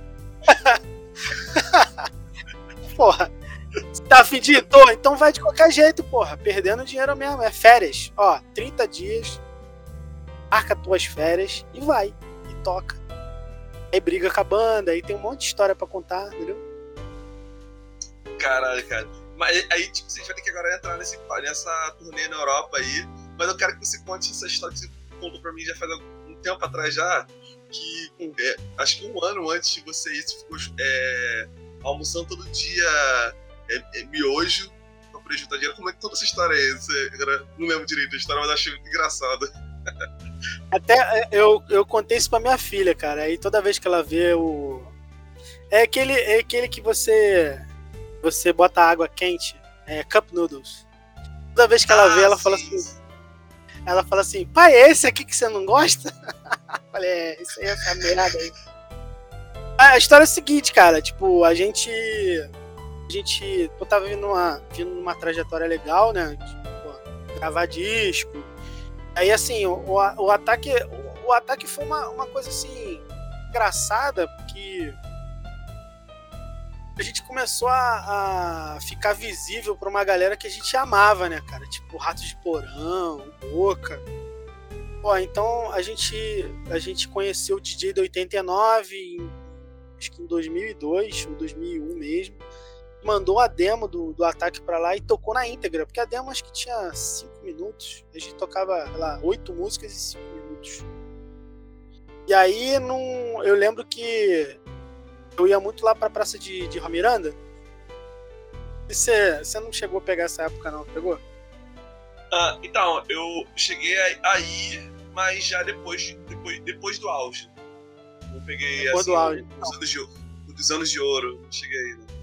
Porra. Se tá afim de ir? Tô. Então vai de qualquer jeito, porra. Perdendo dinheiro mesmo. É férias. 30 dias. Marca tuas férias e vai. E toca. Aí briga com a banda. Aí tem um monte de história pra contar, entendeu? Caralho, cara. Mas aí, tipo, você vai ter que agora entrar nessa turnê na Europa aí. Mas eu quero que você conte essa história que você contou pra mim já faz um tempo atrás já. Que acho que um ano antes de você ir, você ficou almoçando todo dia miojo pra poder juntar dinheiro. Como é que conta essa história aí? Agora não lembro direito a história, mas achei muito engraçada. Até eu contei isso pra minha filha, cara. Aí toda vez que ela vê o... É aquele que você bota água quente, Cup Noodles. Toda vez que ela vê, ela fala assim... Ela fala assim, pai, é esse aqui que você não gosta? Eu falei, isso aí é essa merda aí. A história é a seguinte, cara, tipo, a gente eu tava vindo numa trajetória legal, né, tipo, gravar disco. Aí, assim, o ataque foi uma coisa, assim, engraçada, porque a gente começou a ficar visível pra uma galera que a gente amava, né, cara? Tipo, Ratos de Porão, Boca. Pô, então a gente conheceu o DJ da 89, acho que em 2002 ou 2001 mesmo. Mandou a demo do Ataque pra lá e tocou na íntegra, porque a demo acho que tinha 5 minutos. A gente tocava, sei lá, 8 músicas em 5 minutos. E aí, eu lembro que eu ia muito lá pra praça de Romiranda. E você não chegou a pegar essa época, não? Pegou? Então, eu cheguei aí, mas já depois do auge. Eu peguei depois assim, do auge. Dos anos de ouro. Não cheguei aí, né?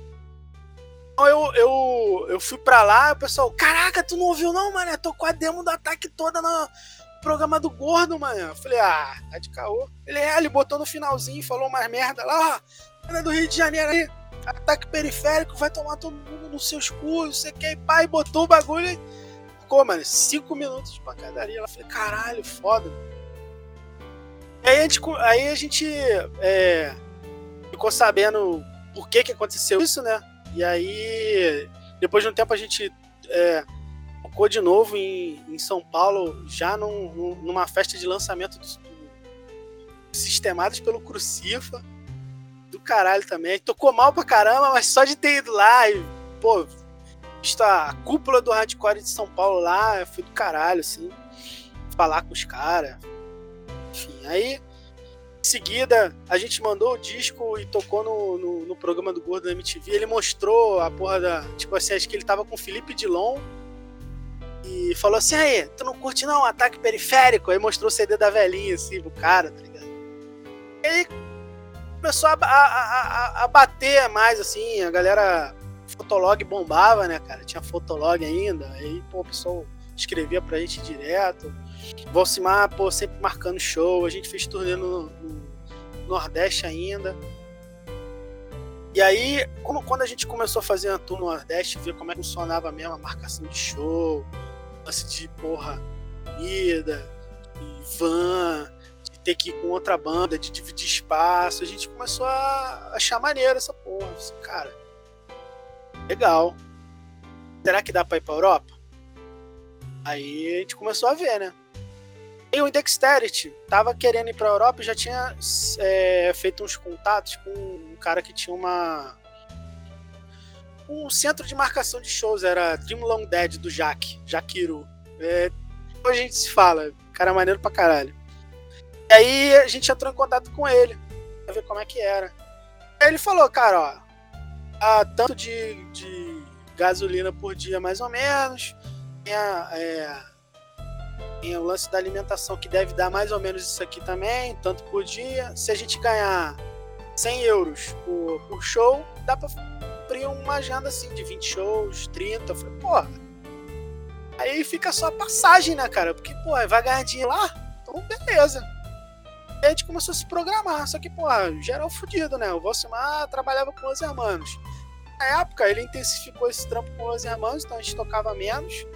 Eu fui pra lá e o pessoal, caraca, tu não ouviu não, mano? Tocou a demo do Ataque toda no programa do Gordo, mano. Eu falei, tá de caô. Ele botou no finalzinho, falou umas merda lá, ó, do Rio de Janeiro aí, Ataque Periférico, vai tomar todo mundo no seu escuro, você quer ir, pai, botou o bagulho e ficou, mano, 5 minutos de pancadaria. Ela falei, caralho, foda. E aí a gente ficou sabendo por que aconteceu isso, né? E aí, depois de um tempo, a gente tocou de novo em São Paulo, já numa festa de lançamento Sistemadas pelo Crucifa, do caralho também. Tocou mal pra caramba, mas só de ter ido lá e, pô, visto a cúpula do hardcore de São Paulo lá, foi do caralho, assim, falar com os caras. Enfim, aí Em seguida, a gente mandou o disco e tocou no programa do Gordo da MTV. Ele mostrou a porra da... Tipo assim, acho que ele tava com o Felipe Dilon. E falou assim, aí, tu não curte não, Ataque Periférico? Aí mostrou o CD da velhinha, assim, pro cara, tá ligado? E aí começou a bater mais, assim, a galera... Fotolog bombava, né, cara? Tinha Fotolog ainda. Aí, pô, o pessoal escrevia pra gente direto. Valcimar, pô, sempre marcando show. A gente fez turnê no Nordeste ainda. E aí, quando a gente começou a fazer a tour no Nordeste, ver como é que funcionava mesmo a marcação de show, lance de, porra, comida, de van, de ter que ir com outra banda, de dividir espaço, a gente começou a achar maneiro essa porra. Assim, cara, legal. Será que dá pra ir pra Europa? Aí a gente começou a ver, né? E o Indexterity tava querendo ir pra Europa e já tinha feito uns contatos com um cara que tinha um centro de marcação de shows, era Dream Long Dead do Jaquiru. Hoje a gente se fala, cara maneiro pra caralho. E aí a gente entrou em contato com ele pra ver como é que era. Aí ele falou, cara, ó, tanto de gasolina por dia mais ou menos, tem o lance da alimentação que deve dar mais ou menos isso aqui também, tanto por dia. Se a gente ganhar 100 euros por show, dá pra cumprir uma agenda assim de 20 shows, 30. Eu falei, porra, aí fica só a passagem, né, cara? Porque, porra, vai ganhar dinheiro lá? Então, beleza. Aí a gente começou a se programar, só que, porra, geral fudido, né? O Valcimar trabalhava com Los Hermanos. Na época, ele intensificou esse trampo com Los Hermanos, então a gente tocava menos.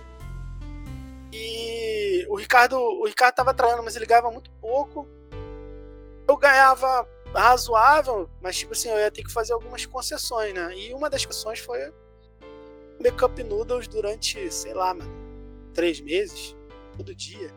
E o Ricardo tava trabalhando, mas ele ganhava muito pouco. Eu ganhava razoável, mas tipo assim, eu ia ter que fazer algumas concessões, né? E uma das concessões foi Make-up Noodles durante, sei lá, mano, 3 meses, todo dia.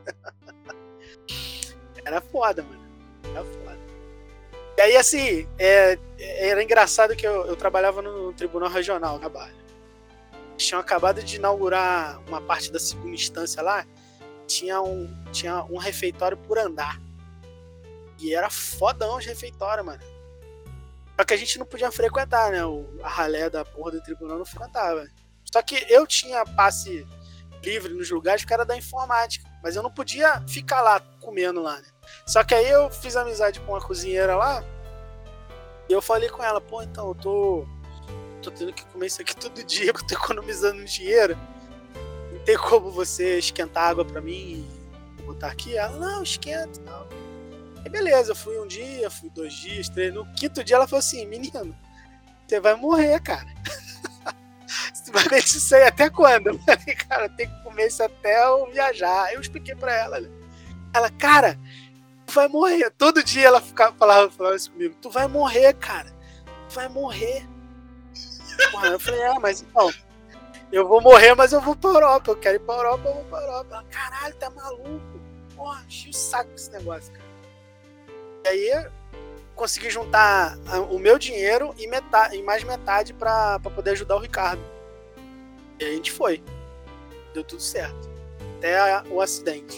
Era foda, mano. Era foda. E aí, assim, era engraçado que eu trabalhava no Tribunal Regional, na Bahia. Tinham acabado de inaugurar uma parte da segunda instância lá, tinha um refeitório por andar. E era fodão os refeitórios, mano. Só que a gente não podia frequentar, né? A ralé da porra do tribunal não frequentava. Só que eu tinha passe livre nos lugares porque era da informática. Mas eu não podia ficar lá comendo lá, né? Só que aí eu fiz amizade com uma cozinheira lá. E eu falei com ela, pô, então eu tô tendo que comer isso aqui todo dia, porque eu tô economizando dinheiro. Não tem como você esquentar água pra mim e botar aqui? Ela, não, esquenta e tal. Aí beleza, eu fui um dia, fui 2 dias, 3. No 5º dia ela falou assim, menino, você vai morrer, cara. Você vai ver isso aí até quando? Eu falei, cara, tem que comer isso até eu viajar. Aí eu expliquei pra ela, né? Ela, cara, tu vai morrer. Todo dia ela falava isso comigo, tu vai morrer, cara. Tu vai morrer. Porra, eu falei, mas então, eu vou morrer, mas eu vou pra Europa. Eu quero ir pra Europa, eu vou pra Europa. Ela, caralho, tá maluco? Porra, enchi o saco com esse negócio, cara. E aí, consegui juntar o meu dinheiro e mais metade pra poder ajudar o Ricardo. E a gente foi. Deu tudo certo. Até o acidente.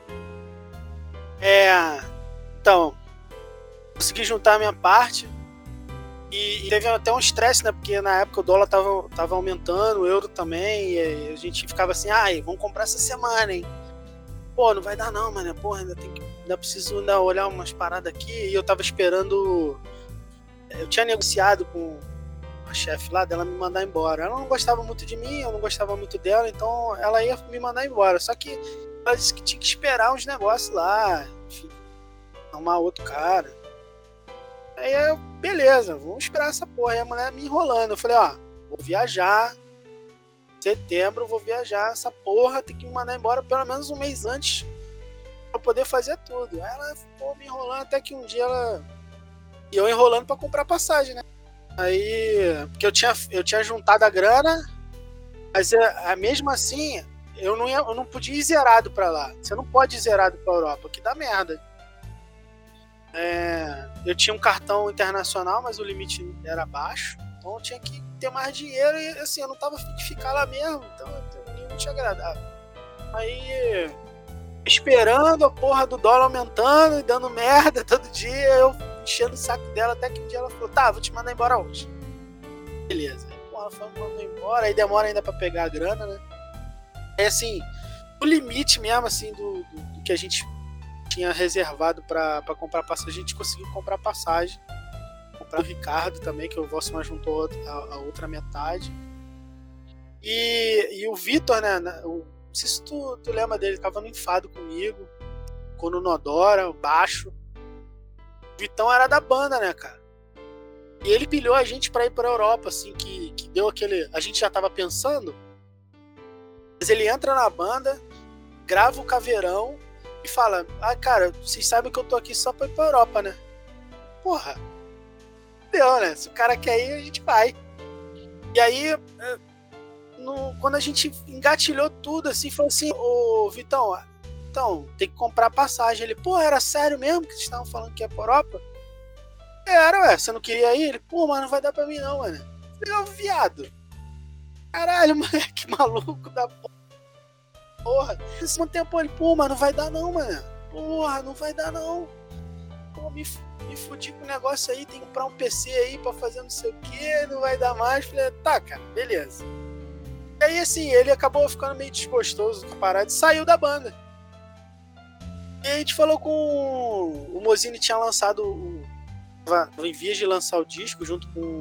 Então, consegui juntar a minha parte. E teve até um estresse, né? Porque na época o dólar tava aumentando, o euro também. E a gente ficava assim, vamos comprar essa semana, hein? Pô, não vai dar não, mano. Porra, ainda preciso olhar umas paradas aqui. E eu tava esperando. Eu tinha negociado com a chefe lá dela me mandar embora. Ela não gostava muito de mim, eu não gostava muito dela, então ela ia me mandar embora. Só que ela disse que tinha que esperar uns negócios lá, enfim, arrumar outro cara. Aí eu, beleza, vamos esperar essa porra. Aí a mulher me enrolando. Eu falei, vou viajar. Setembro eu vou viajar. Essa porra tem que me mandar embora pelo menos um mês antes pra poder fazer tudo. Aí ela ficou me enrolando até que um dia ela. E eu enrolando pra comprar passagem, né? Aí. Porque eu tinha juntado a grana, mas mesmo assim, eu não podia ir zerado pra lá. Você não pode ir zerado pra Europa, que dá merda. Eu tinha um cartão internacional, mas o limite era baixo, então eu tinha que ter mais dinheiro e assim, eu não tava afim de ficar lá mesmo, então não tinha agradado. Aí esperando a porra do dólar aumentando e dando merda todo dia, eu enchendo o saco dela, até que um dia ela falou, tá, vou te mandar embora hoje. Beleza. Aí, pô, ela foi, mandou embora, aí demora ainda pra pegar a grana, né? É assim, o limite mesmo, assim, do que a gente tinha reservado pra comprar passagem, a gente conseguiu comprar passagem. Comprar o Ricardo também, que o Vossman juntou a outra metade. E o Vitor, né? Não sei se tu lembra dele, ele tava no Enfado comigo, quando no Odora, o baixo. O Vitão era da banda, né, cara? E ele pilhou a gente pra ir pra Europa, assim, que deu aquele. A gente já tava pensando. Mas ele entra na banda, grava o Caveirão e fala: ah, cara, vocês sabem que eu tô aqui só pra ir pra Europa, né? Porra, deu, né? Se o cara quer ir, a gente vai. E aí, quando a gente engatilhou tudo, assim, falou assim: ô Vitão, então, tem que comprar passagem. Ele, pô, era sério mesmo que vocês estavam falando que ia pra Europa? Era, ué, você não queria ir? Ele, pô, mas não vai dar pra mim não, mano. Eu falei, viado. Caralho, moleque maluco da porra. Nesse tempo ele, pô, mas não vai dar não, mano. Porra, não vai dar não. Pô, me fudi com o negócio aí, tem que comprar um PC aí pra fazer não sei o que, não vai dar mais. Falei, tá, cara, beleza. E aí, assim, ele acabou ficando meio desgostoso com a parada e saiu da banda. E a gente falou com o Mozini, tinha lançado em vias de lançar o disco junto com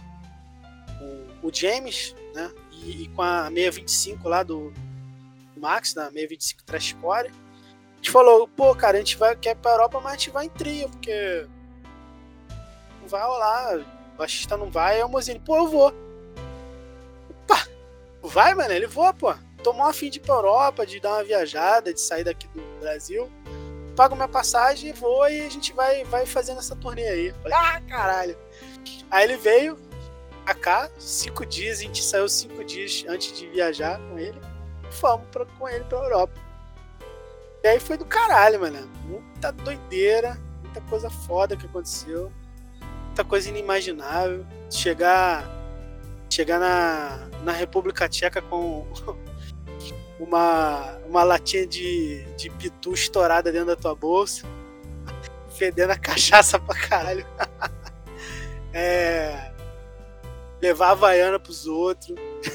o James, né? E com a 625 lá do Max, da 625 Trashcore. A gente falou, pô, cara, a gente quer ir pra Europa, mas a gente vai em trio, porque não vai rolar, o baixista não vai. Aí o Mozini, pô, eu vou. Opa, vai, mano? Ele voa, pô. Tomou a fim de ir pra Europa, de dar uma viajada, de sair daqui do Brasil. Pago minha passagem e vou e a gente vai fazendo essa turnê aí. Falei, ah, caralho. Aí ele veio pra cá, 5 dias, a gente saiu 5 dias antes de viajar com ele e fomos com ele pra Europa. E aí foi do caralho, mano. Muita doideira, muita coisa foda que aconteceu, muita coisa inimaginável. Chegar na República Tcheca com uma latinha de pitu estourada dentro da tua bolsa, fedendo a cachaça pra caralho. Levar a Havaiana pros outros.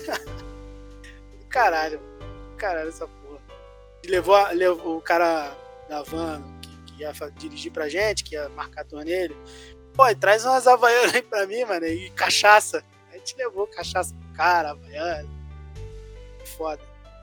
Caralho essa porra. E levou o cara da van que ia dirigir pra gente, que ia marcar a turnê. Pô, traz umas Havaianas aí pra mim, mano, e cachaça. A gente levou cachaça pro cara, Havaiana. Foda.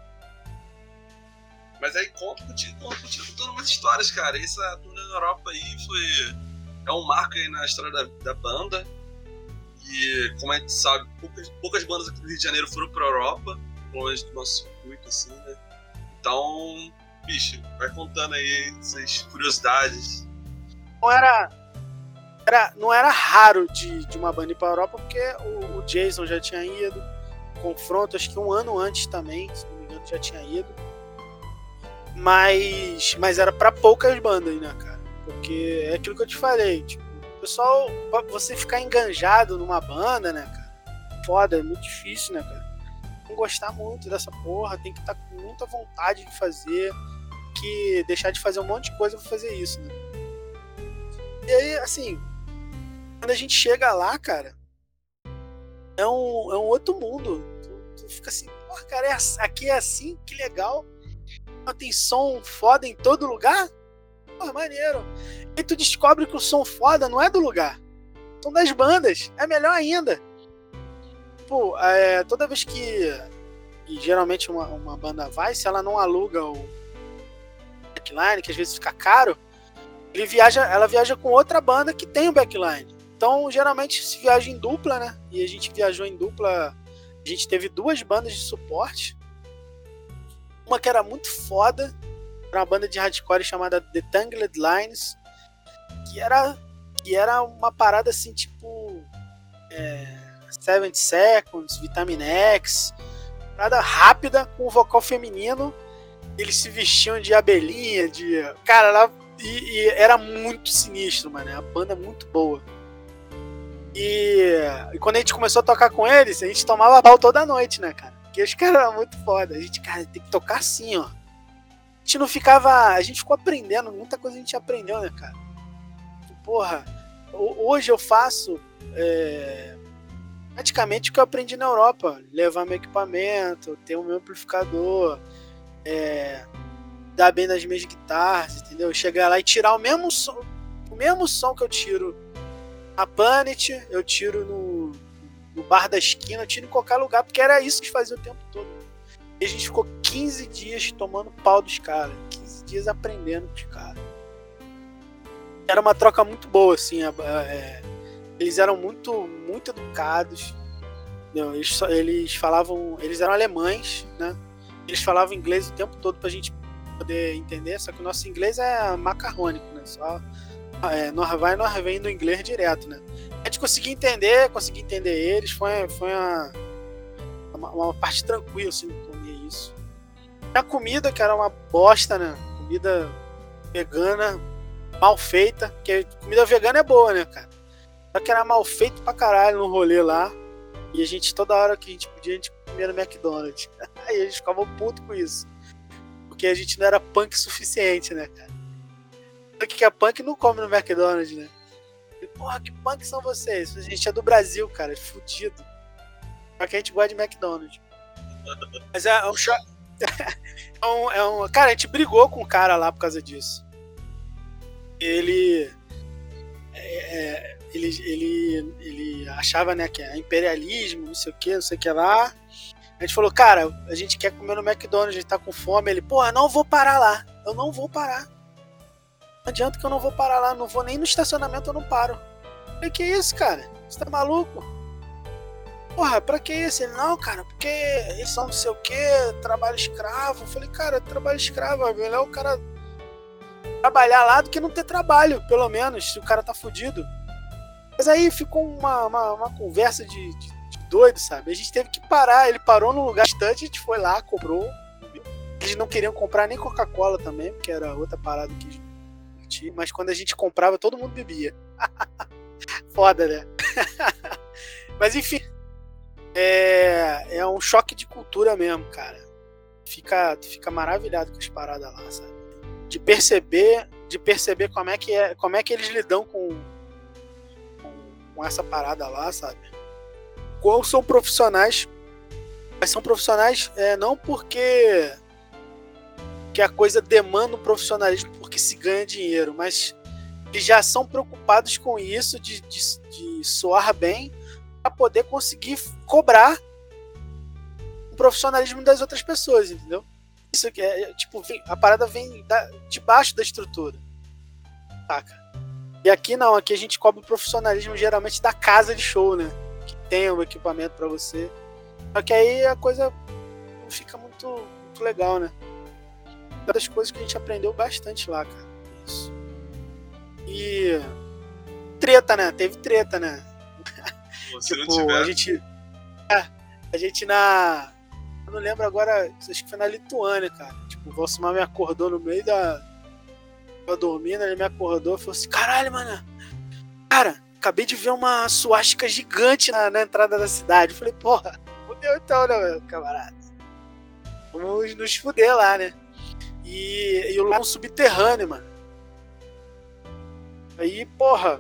Mas aí continua contando umas histórias, cara. Essa turnê na Europa aí é um marco aí na história da banda. E como a gente sabe, poucas bandas aqui do Rio de Janeiro foram pra Europa, longe do nosso circuito, assim, né? Então, bicho, vai contando aí essas curiosidades. Não era raro de uma banda ir pra Europa, porque o Jason já tinha ido, o Confronto, acho que um ano antes também, se não me engano, já tinha ido. Mas era pra poucas bandas, né, cara? Porque é aquilo que eu te falei, tipo, pessoal, você ficar enganjado numa banda, né, cara? Foda, é muito difícil, né, cara? Não gostar muito dessa porra, tem que estar com muita vontade de fazer, que deixar de fazer um monte de coisa pra fazer isso, né? E aí, assim, quando a gente chega lá, cara, é um outro mundo. Tu fica assim, porra, cara, aqui é assim, que legal. Tem som foda em todo lugar? Porra, maneiro. E tu descobre que o som foda não é do lugar, são das bandas. É melhor ainda. Pô, toda vez que geralmente uma banda vai, se ela não aluga o backline, que às vezes fica caro, ela viaja com outra banda que tem o backline. Então, geralmente se viaja em dupla, né? E a gente viajou em dupla. A gente teve 2 bandas de suporte. Uma que era muito foda, era uma banda de hardcore chamada The Tangled Lines, que era uma parada assim, tipo 70 Seconds, Vitamin X, parada rápida, com vocal feminino. Eles se vestiam de abelhinha, cara, e era muito sinistro, mano, é uma banda muito boa. E quando a gente começou a tocar com eles, a gente tomava pau toda noite, né, cara? Porque os caras eram muito foda. A gente, cara, tem que tocar assim, ó. gente não ficava... A gente ficou aprendendo, muita coisa a gente aprendeu, né, cara? Porra, hoje eu faço praticamente o que eu aprendi na Europa. Levar meu equipamento, ter o meu amplificador, dar bem nas minhas guitarras, entendeu? Chegar lá e tirar o mesmo som que eu tiro na Planet, eu tiro no bar da esquina, eu tiro em qualquer lugar, porque era isso que fazia o tempo todo. E a gente ficou 15 dias tomando pau dos caras, 15 dias aprendendo com os caras. Era uma troca muito boa, assim. Eles eram muito, muito educados. Não, eles falavam... Eles eram alemães, né? Eles falavam inglês o tempo todo pra gente poder entender, só que o nosso inglês é macarrônico, né? Só nós vem do inglês direto, né? A gente conseguia entender eles, foi uma parte tranquila, assim, comer isso. A comida, que era uma bosta, né? Comida vegana, mal feita, porque comida vegana é boa, né, cara? Só que era mal feito pra caralho no rolê lá, e a gente, toda hora que a gente podia, a gente comia no McDonald's. Aí a gente ficava puto com isso, porque a gente não era punk suficiente, né, cara? O que é punk não come no McDonald's, né? E, porra, que punk são vocês? A gente é do Brasil, cara, fudido. Só que a gente gosta de McDonald's. Mas é um choque. Cara, a gente brigou com o cara lá por causa disso. Ele achava, né, que é imperialismo, não sei o que lá. A gente falou, cara, a gente quer comer no McDonald's, a gente tá com fome. Ele, porra, não vou parar lá. Eu não vou parar. Não adianta que eu não vou parar lá, não vou nem no estacionamento, eu não paro. Eu falei, que isso, cara? Você tá maluco? Porra, pra que isso? Ele, não, cara, porque eles são não sei o que, trabalho escravo. Eu falei, cara, trabalho escravo, é melhor o cara trabalhar lá do que não ter trabalho, pelo menos, se o cara tá fudido. Mas aí ficou uma conversa de doido, sabe? A gente teve que parar, ele parou num lugar distante, a gente foi lá, cobrou. Eles não queriam comprar nem Coca-Cola também, porque era outra parada que a gente tinha, mas quando a gente comprava, todo mundo bebia. Foda, né? Mas enfim, é um choque de cultura mesmo, cara. Fica maravilhado com as paradas lá, sabe? De perceber como é que eles lidam com essa parada lá, sabe? Qual são profissionais, mas são profissionais não porque que a coisa demanda um profissionalismo porque se ganha dinheiro, mas eles já são preocupados com isso, de soar bem, para poder conseguir cobrar o profissionalismo das outras pessoas, entendeu? Isso aqui tipo, a parada vem debaixo da estrutura, saca? E aqui não, aqui a gente cobra o profissionalismo geralmente da casa de show, né? Que tem o equipamento para você. Só que aí a coisa não fica muito, muito legal, né? Uma das coisas que a gente aprendeu bastante lá, cara. Isso. E treta, né? Teve treta, né? Se tipo, não tiver... a gente na... Eu não lembro agora, acho que foi na Lituânia, cara. Tipo, o Valsimar me acordou no meio da... Eu dormindo, ele me acordou e falou assim, caralho, mano, cara, acabei de ver uma suástica gigante na entrada da cidade. Eu falei, porra, fudeu então, né, meu camarada? Vamos nos fuder lá, né? E o lugar é um subterrâneo, mano. Aí, porra,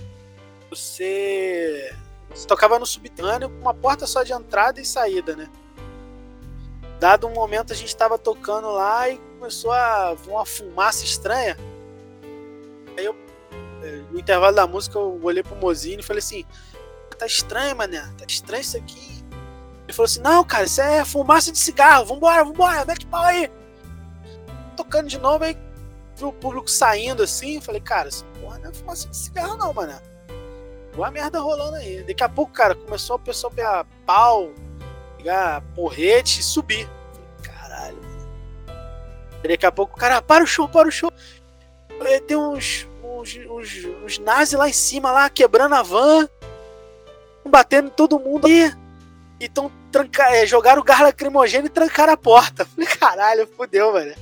você tocava no subterrâneo com uma porta só de entrada e saída, né? Dado um momento a gente tava tocando lá e começou a ver uma fumaça estranha. Aí eu, no intervalo da música, eu olhei pro Mozinho e falei assim, tá estranho, mané, tá estranho isso aqui. Ele falou assim, não, cara, isso é fumaça de cigarro, vambora, mete pau aí. Tocando de novo, aí vi o público saindo assim, eu falei, cara, essa porra não é fumaça de cigarro não, mané. Boa merda rolando aí. Daqui a pouco, cara, começou o pessoal a pegar pau, pegar porrete e subir. Eu falei, caralho, mano. Daqui a pouco, cara, para o show. Tem uns nazis lá em cima, lá, quebrando a van, batendo em todo mundo aí. E tão jogaram o gás lacrimogêneo e trancaram a porta. Falei, caralho, fudeu, velho.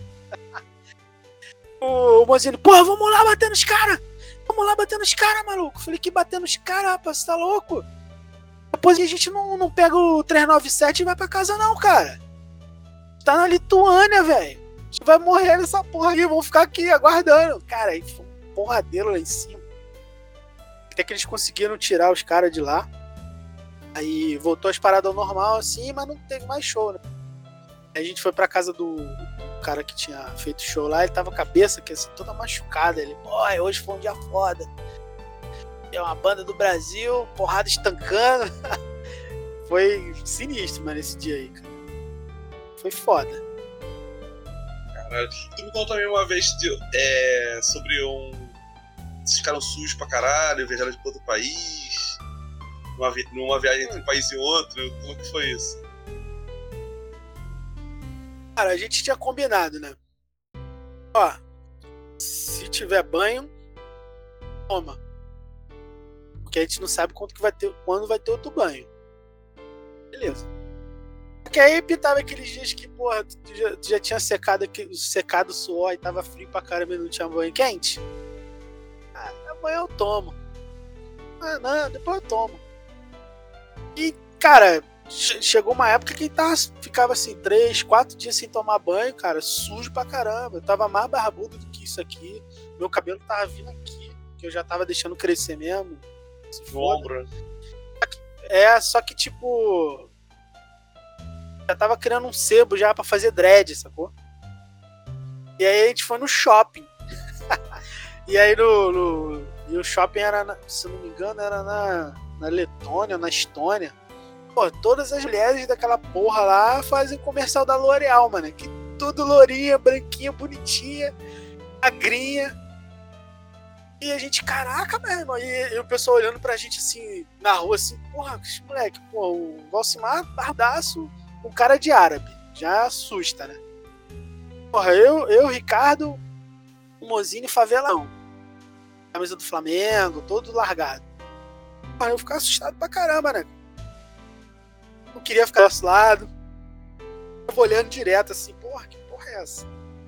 O mozinho, porra, vamos lá bater nos caras, maluco. Falei, que bater nos caras, rapaz, você tá louco? Depois a gente não pega o 397 e vai pra casa não, cara. Tá na Lituânia, velho. gente vai morrer nessa porra aqui, vamos ficar aqui aguardando. Cara, aí foi um porradeiro lá em cima. Até que eles conseguiram tirar os caras de lá. Aí voltou as paradas ao normal, assim, mas não teve mais show, né? Aí a gente foi pra casa do cara que tinha feito show lá, ele tava com a cabeça que, assim, toda machucada. Ele, pô, hoje foi um dia foda. É uma banda do Brasil, porrada estancando. Foi sinistro, mano, esse dia aí, cara. Foi foda. Caralho. Tu me contou também uma vez sobre Vocês ficaram sujos pra caralho, viajaram de outro país. Numa viagem entre um país e outro. Como que foi isso? Cara, a gente tinha combinado, né? Ó, se tiver banho, toma. Porque a gente não sabe quando vai ter outro banho. Beleza. Porque aí pintava aqueles dias que, porra, tu já tinha secado o suor e tava frio pra caramba e não tinha banho quente. Ah, amanhã eu tomo. Ah, não, depois eu tomo. E, cara, chegou uma época que ficava assim, 3, 4 dias sem tomar banho, cara, sujo pra caramba. Eu tava mais barbudo do que isso aqui. Meu cabelo tava vindo aqui, que eu já tava deixando crescer mesmo. No ombro. Só que tipo, já tava criando um sebo já pra fazer dread, sacou? E aí a gente foi no shopping. E aí e o shopping era, se não me engano, era na Letônia, na Estônia. Pô, todas as mulheres daquela porra lá fazem comercial da L'Oréal, mano. Que tudo lourinha, branquinha, bonitinha, magrinha. E a gente, caraca, meu irmão. E o pessoal olhando pra gente assim, na rua, assim, porra, que moleque, pô, o Valcimar, bardaço, com cara de árabe. Já assusta, né? Porra, eu Ricardo, o Mozini favelão. Camisa do Flamengo, todo largado. Porra, eu ficava assustado pra caramba, né? Não queria ficar do nosso lado. Eu tava olhando direto assim, porra, que porra é essa?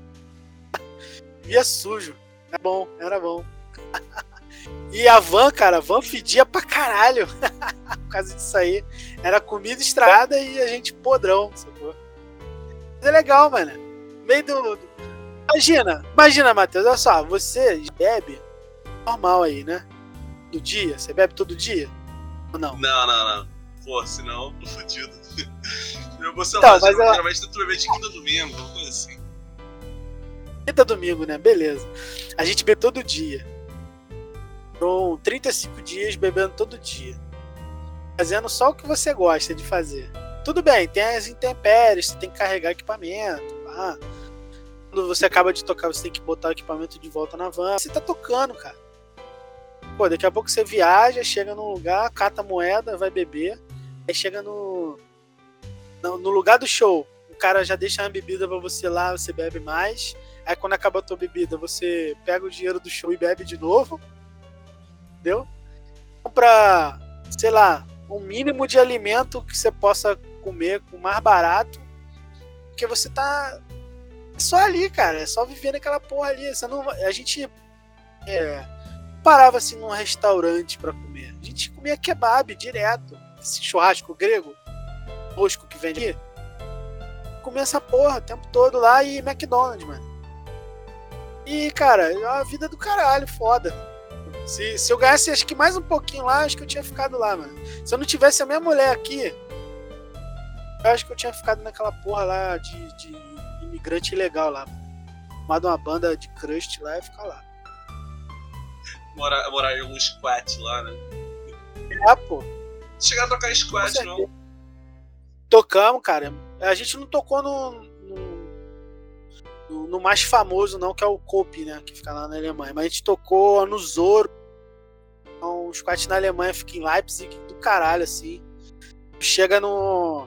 Via sujo. Era bom. E a van, cara, a van fedia pra caralho. Por causa disso aí. Era comida estragada e a gente podrão, sacou? Mas é legal, mano. Meio do... Imagina, Matheus, olha só, você bebe normal aí, né? Do dia? Você bebe todo dia? Ou não? Não. Pô, senão, tô fodido. Eu vou, sei então, lá, geralmente tu bebe de quinta a domingo, uma coisa assim. Quinta a domingo, né? Beleza. A gente bebe todo dia. Foram 35 dias bebendo todo dia. Fazendo só o que você gosta de fazer. Tudo bem, tem as intempéries, você tem que carregar equipamento. Tá? Quando você acaba de tocar, você tem que botar o equipamento de volta na van. Você tá tocando, cara. Pô, daqui a pouco você viaja, chega num lugar, cata moeda, vai beber. Aí chega no lugar do show, o cara já deixa uma bebida pra você lá, você bebe mais. Aí quando acaba a tua bebida, você pega o dinheiro do show e bebe de novo. Entendeu? Compra, sei lá, um mínimo de alimento que você possa comer com mais barato. Porque você tá só ali, cara. É só viver naquela porra ali. A gente parava assim num restaurante pra comer. A gente comia kebab direto. Esse churrasco grego, rosco que vende aqui. Comia essa porra o tempo todo lá e McDonald's, mano. E, cara, é uma vida do caralho, foda. Se eu ganhasse acho que mais um pouquinho lá, acho que eu tinha ficado lá, mano. Se eu não tivesse a minha mulher aqui, eu acho que eu tinha ficado naquela porra lá de imigrante ilegal lá, mano. Formado uma banda de crust lá e ficar lá. Morar em algum squat lá, né? Pô. Chegaram a tocar squat, não? Tocamos, cara. A gente não tocou no mais famoso, não, que é o Cope, né? Que fica lá na Alemanha. Mas a gente tocou no Zoro. Um squat na Alemanha, fica em Leipzig, do caralho, assim. Chega no...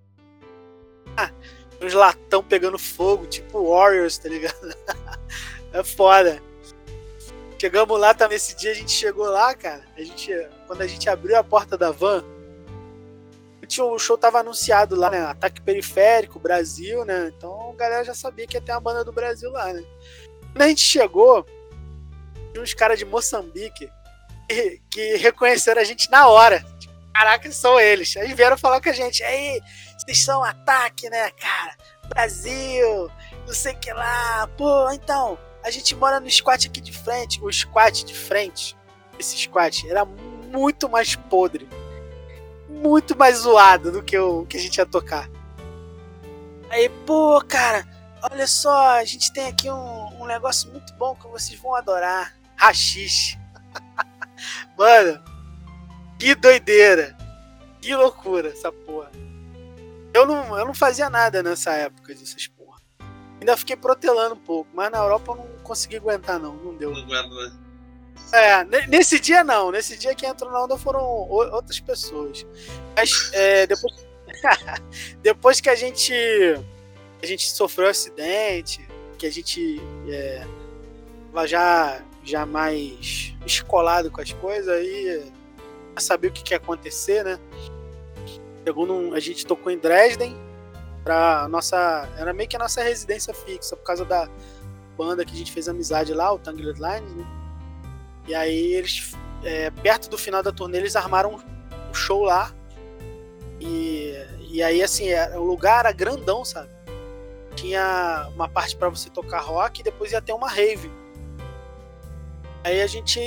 uns latão pegando fogo, tipo Warriors, tá ligado? É foda. Chegamos lá também, esse dia a gente chegou lá, cara. Quando a gente abriu a porta da van, o show tava anunciado lá, né? Ataque Periférico, Brasil, né? Então a galera já sabia que ia ter uma banda do Brasil lá, né? Quando a gente chegou, tinha uns caras de Moçambique que reconheceram a gente na hora. Tipo, caraca, são eles. Aí vieram falar com a gente. Aí, vocês são Ataque, né, cara? Brasil, não sei o que lá. Pô, então, a gente mora no squat aqui de frente. O squat de frente, esse squat, era muito mais podre. Muito mais zoado do que o que a gente ia tocar. Aí, pô, cara, olha só, a gente tem aqui um negócio muito bom que vocês vão adorar. Haxixe. Mano, que doideira. Que loucura essa porra. Eu não fazia nada nessa época dessas porra. Ainda fiquei protelando um pouco, mas na Europa eu não consegui aguentar não deu. Não aguento, né? Nesse dia não. Nesse dia que entrou na onda foram outras pessoas. Mas depois que a gente sofreu um acidente, que a gente já mais escolado com as coisas, aí já sabia o que ia acontecer, né? A gente tocou em Dresden, era meio que a nossa residência fixa, por causa da banda que a gente fez amizade lá, o Tangled Lines, né? E aí eles, perto do final da turnê, eles armaram um show lá. E aí, assim, o lugar era grandão, sabe? Tinha uma parte pra você tocar rock e depois ia ter uma rave. Aí a gente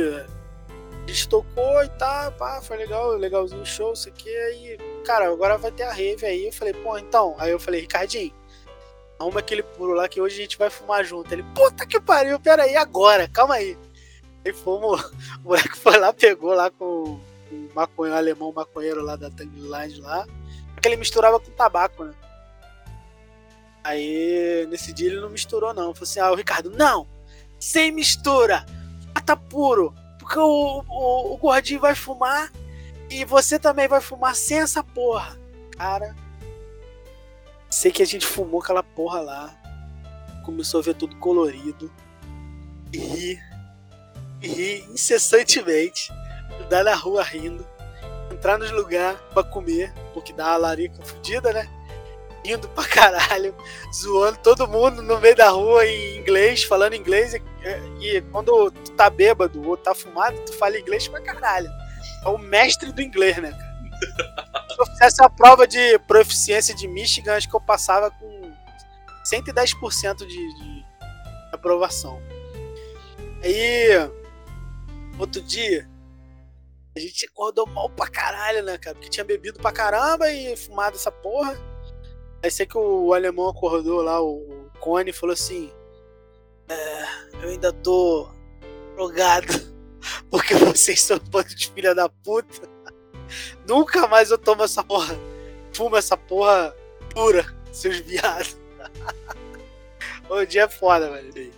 tocou e tá, pá, foi legalzinho o show, isso aqui. Aí, cara, agora vai ter a rave aí. Eu falei, pô, então. Aí eu falei, Ricardinho, arruma aquele puro lá que hoje a gente vai fumar junto. Ele, puta que pariu, peraí, agora, calma aí. Aí fomos, o moleque foi lá, pegou lá com o maconheiro, alemão maconheiro lá da Tangled Lines lá, porque ele misturava com tabaco, né? Aí, nesse dia ele não misturou não, falou assim, o Ricardo, não, sem mistura, mata puro, porque o gordinho vai fumar e você também vai fumar sem essa porra. Cara, sei que a gente fumou aquela porra lá, começou a ver tudo colorido e rir incessantemente, andar na rua rindo, entrar nos lugares pra comer, porque dá uma larica fodida, né? Rindo pra caralho, zoando todo mundo no meio da rua em inglês, falando inglês, e quando tu tá bêbado ou tá fumado, tu fala inglês pra caralho. É o mestre do inglês, né, cara? Se eu fizesse a prova de proficiência de Michigan, acho que eu passava com 110% de aprovação. Aí, outro dia, a gente acordou mal pra caralho, né, cara? Porque tinha bebido pra caramba e fumado essa porra. Aí sei que o alemão acordou lá, o Cone, falou assim: eu ainda tô drogado, porque vocês são um bando de filha da puta. Nunca mais eu tomo essa porra, fumo essa porra pura, seus viados. O dia é foda, velho.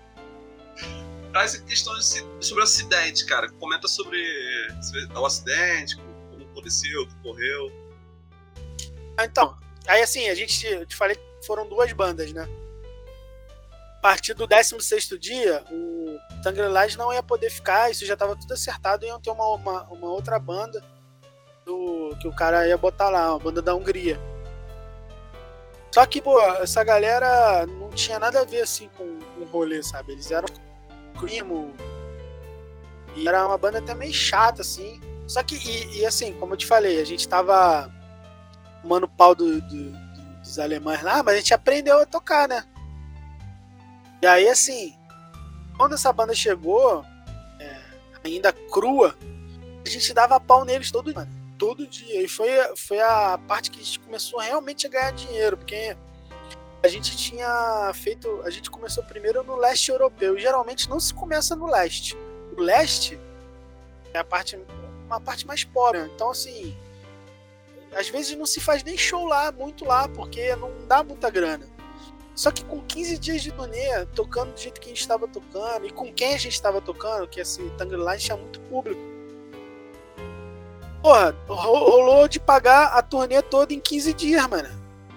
Traz questões sobre o acidente, cara. Comenta sobre o acidente, como aconteceu, o que ocorreu. Então, aí assim, eu te falei que foram duas bandas, né? A partir do 16º dia, o Tangled Lines não ia poder ficar, isso já estava tudo acertado, iam ter uma outra banda que o cara ia botar lá, uma banda da Hungria. Só que, pô, essa galera não tinha nada a ver, assim, com o rolê, sabe? Eles eram primo, e era uma banda até meio chata, assim. Só que, e assim, como eu te falei, a gente tava tomando pau dos alemães lá, mas a gente aprendeu a tocar, né? E aí, assim, quando essa banda chegou, ainda crua, a gente dava pau neles todo dia, mano. Todo dia. E foi a parte que a gente começou realmente a ganhar dinheiro, porque a gente começou primeiro no leste europeu, e geralmente não se começa no leste. O leste é uma parte mais pobre, então assim, às vezes não se faz nem show lá, muito lá, porque não dá muita grana. Só que com 15 dias de turnê, tocando do jeito que a gente estava tocando, e com quem a gente estava tocando, que esse Tangled Lines tinha muito público. Porra, rolou de pagar a turnê toda em 15 dias, mano.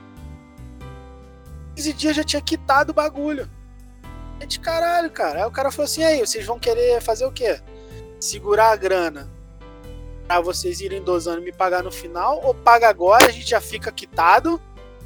15 dias já tinha quitado o bagulho. De caralho, cara. Aí o cara falou assim, aí, vocês vão querer fazer o quê? Segurar a grana pra vocês irem dosando e me pagar no final, ou paga agora, a gente já fica quitado,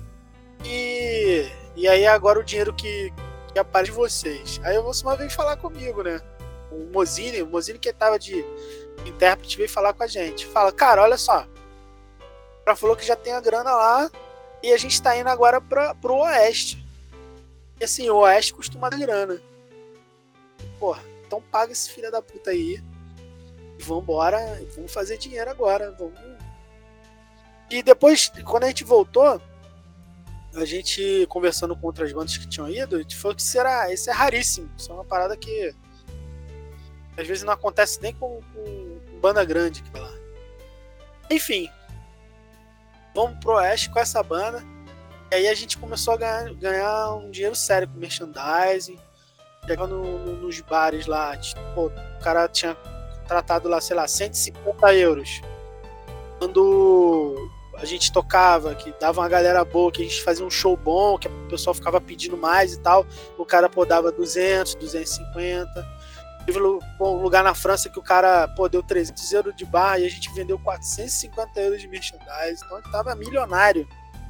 e aí agora o dinheiro que aparece de vocês. Aí o Wilson veio falar comigo, né? O Mozini que tava de intérprete, veio falar com a gente. Fala, cara, olha só, o cara falou que já tem a grana lá e a gente tá indo agora pro oeste. E assim, o Oeste costuma dar grana. Porra, então paga esse filho da puta aí. E vambora, vamos fazer dinheiro agora. Vamos. E depois, quando a gente voltou, a gente conversando com outras bandas que tinham ido, a gente falou que isso é raríssimo. Isso é uma parada que às vezes não acontece nem com banda grande que vai lá. Enfim, vamos pro Oeste com essa banda. E aí a gente começou a ganhar um dinheiro sério com merchandising. Chegando nos bares lá, tipo, pô, o cara tinha tratado lá, sei lá, 150 euros. Quando a gente tocava, que dava uma galera boa, que a gente fazia um show bom, que o pessoal ficava pedindo mais e tal, o cara, pô, dava 200, 250. Teve um lugar na França que o cara, pô, deu 300 euros de bar e a gente vendeu 450 euros de merchandise. Então a gente tava milionário.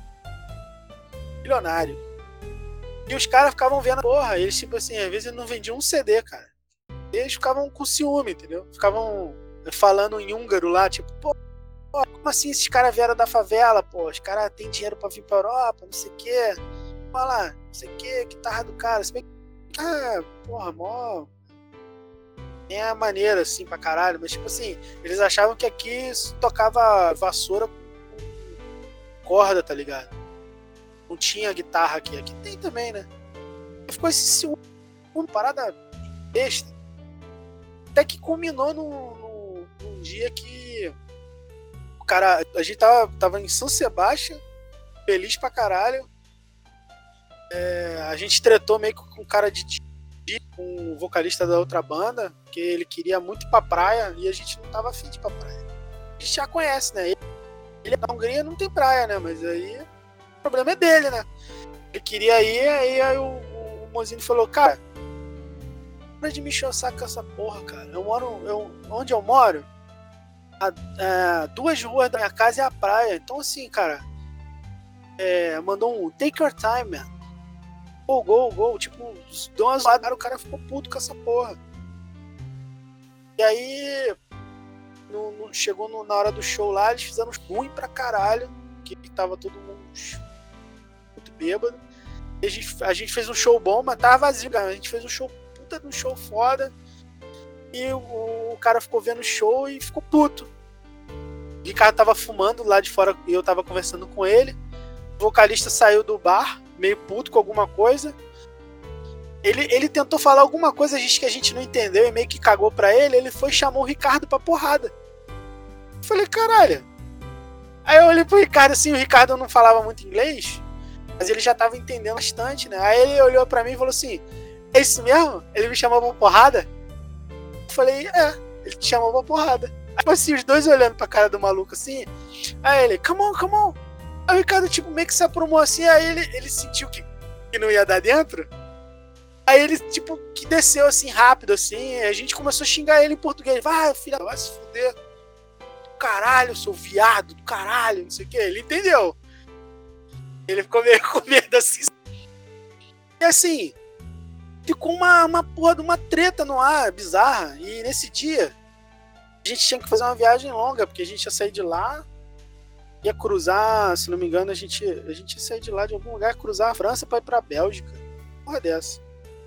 E os caras ficavam vendo, porra, eles tipo assim, às vezes não vendiam um CD, cara. Eles ficavam com ciúme, entendeu? Ficavam falando em húngaro lá, tipo, pô, como assim esses caras vieram da favela, pô? Os caras têm dinheiro pra vir pra Europa, não sei o quê. Olha lá, não sei o quê, guitarra do cara. Se bem que, porra, mó... É maneira, assim, pra caralho. Mas, tipo assim, eles achavam que aqui tocava vassoura com corda, tá ligado? Não tinha guitarra aqui. Aqui tem também, né? Ficou esse ciúme, parada besta. Até que culminou num dia que o cara... A gente tava em São Sebastião, feliz pra caralho. A gente tretou meio com um cara com o vocalista da outra banda, que ele queria muito ir pra praia e a gente não tava afim de ir pra praia. A gente já conhece, né? Ele na Hungria não tem praia, né? Mas aí o problema é dele, né? Ele queria ir, aí o mozinho falou, cara, para de me encher o saco com essa porra, cara. Onde eu moro, a 2 ruas da minha casa é a praia. Então assim, cara, mandou um take your time, man. Gol, tipo, deu uma zoada, o cara ficou puto com essa porra. E aí chegou na hora do show lá, eles fizeram ruim pra caralho, que tava todo mundo muito bêbado. E a gente fez um show bom, mas tava vazio, cara. A gente fez um show, puta de um show foda. E o cara ficou vendo o show e ficou puto. O Ricardo tava fumando lá de fora e eu tava conversando com ele. O vocalista saiu do bar, meio puto com alguma coisa. Ele tentou falar alguma coisa que a gente não entendeu e meio que cagou pra ele. Ele foi e chamou o Ricardo pra porrada. Eu falei, caralho. Aí eu olhei pro Ricardo assim, o Ricardo não falava muito inglês, mas ele já tava entendendo bastante, né? Aí ele olhou pra mim e falou assim, é isso mesmo? Ele me chamou pra porrada? Eu falei, ele te chamou pra porrada. Aí, tipo assim, os dois olhando pra cara do maluco assim. Aí ele, come on. Aí o Ricardo, tipo, meio que se aprumou assim, aí ele sentiu que não ia dar dentro. Aí ele, tipo, que desceu assim, rápido, assim, a gente começou a xingar ele em português. Vai, filha, vai se fuder. Caralho, seu viado, do caralho, não sei o que. Ele entendeu. Ele ficou meio com medo assim. E assim, ficou uma porra de uma treta no ar, bizarra. E nesse dia, a gente tinha que fazer uma viagem longa, porque a gente ia sair de lá, ia cruzar, se não me engano, a gente ia sair de lá de algum lugar, cruzar a França pra ir pra Bélgica. Porra dessa.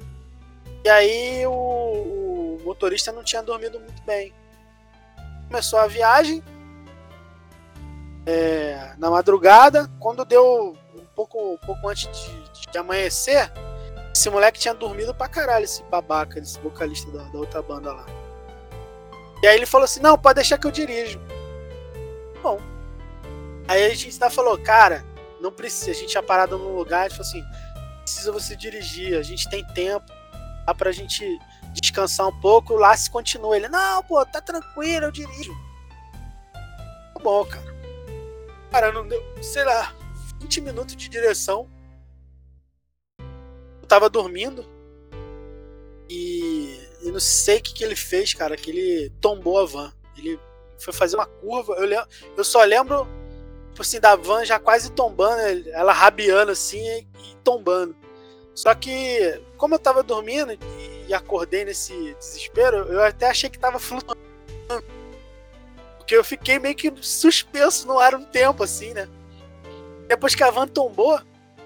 E aí o motorista não tinha dormido muito bem. Começou a viagem na madrugada, quando deu um pouco antes de amanhecer, esse moleque tinha dormido pra caralho, esse babaca, esse vocalista da outra banda lá. E aí ele falou assim, não, pode deixar que eu dirijo. Bom. Aí a gente falou, cara, não precisa, a gente tinha parado num lugar, a gente falou assim, precisa você dirigir, a gente tem tempo, dá pra gente descansar um pouco, lá se continua. Ele, não, pô, tá tranquilo, eu dirijo. Tá bom, cara. Cara, não deu, sei lá, 20 minutos de direção. Eu tava dormindo e eu não sei o que ele fez, cara, que ele tombou a van. Ele foi fazer uma curva, eu só lembro, tipo assim, da van já quase tombando, ela rabiando assim e tombando. Só que, como eu tava dormindo e acordei nesse desespero, eu até achei que tava flutuando. Porque eu fiquei meio que suspenso no ar um tempo, assim, né? Depois que a van tombou,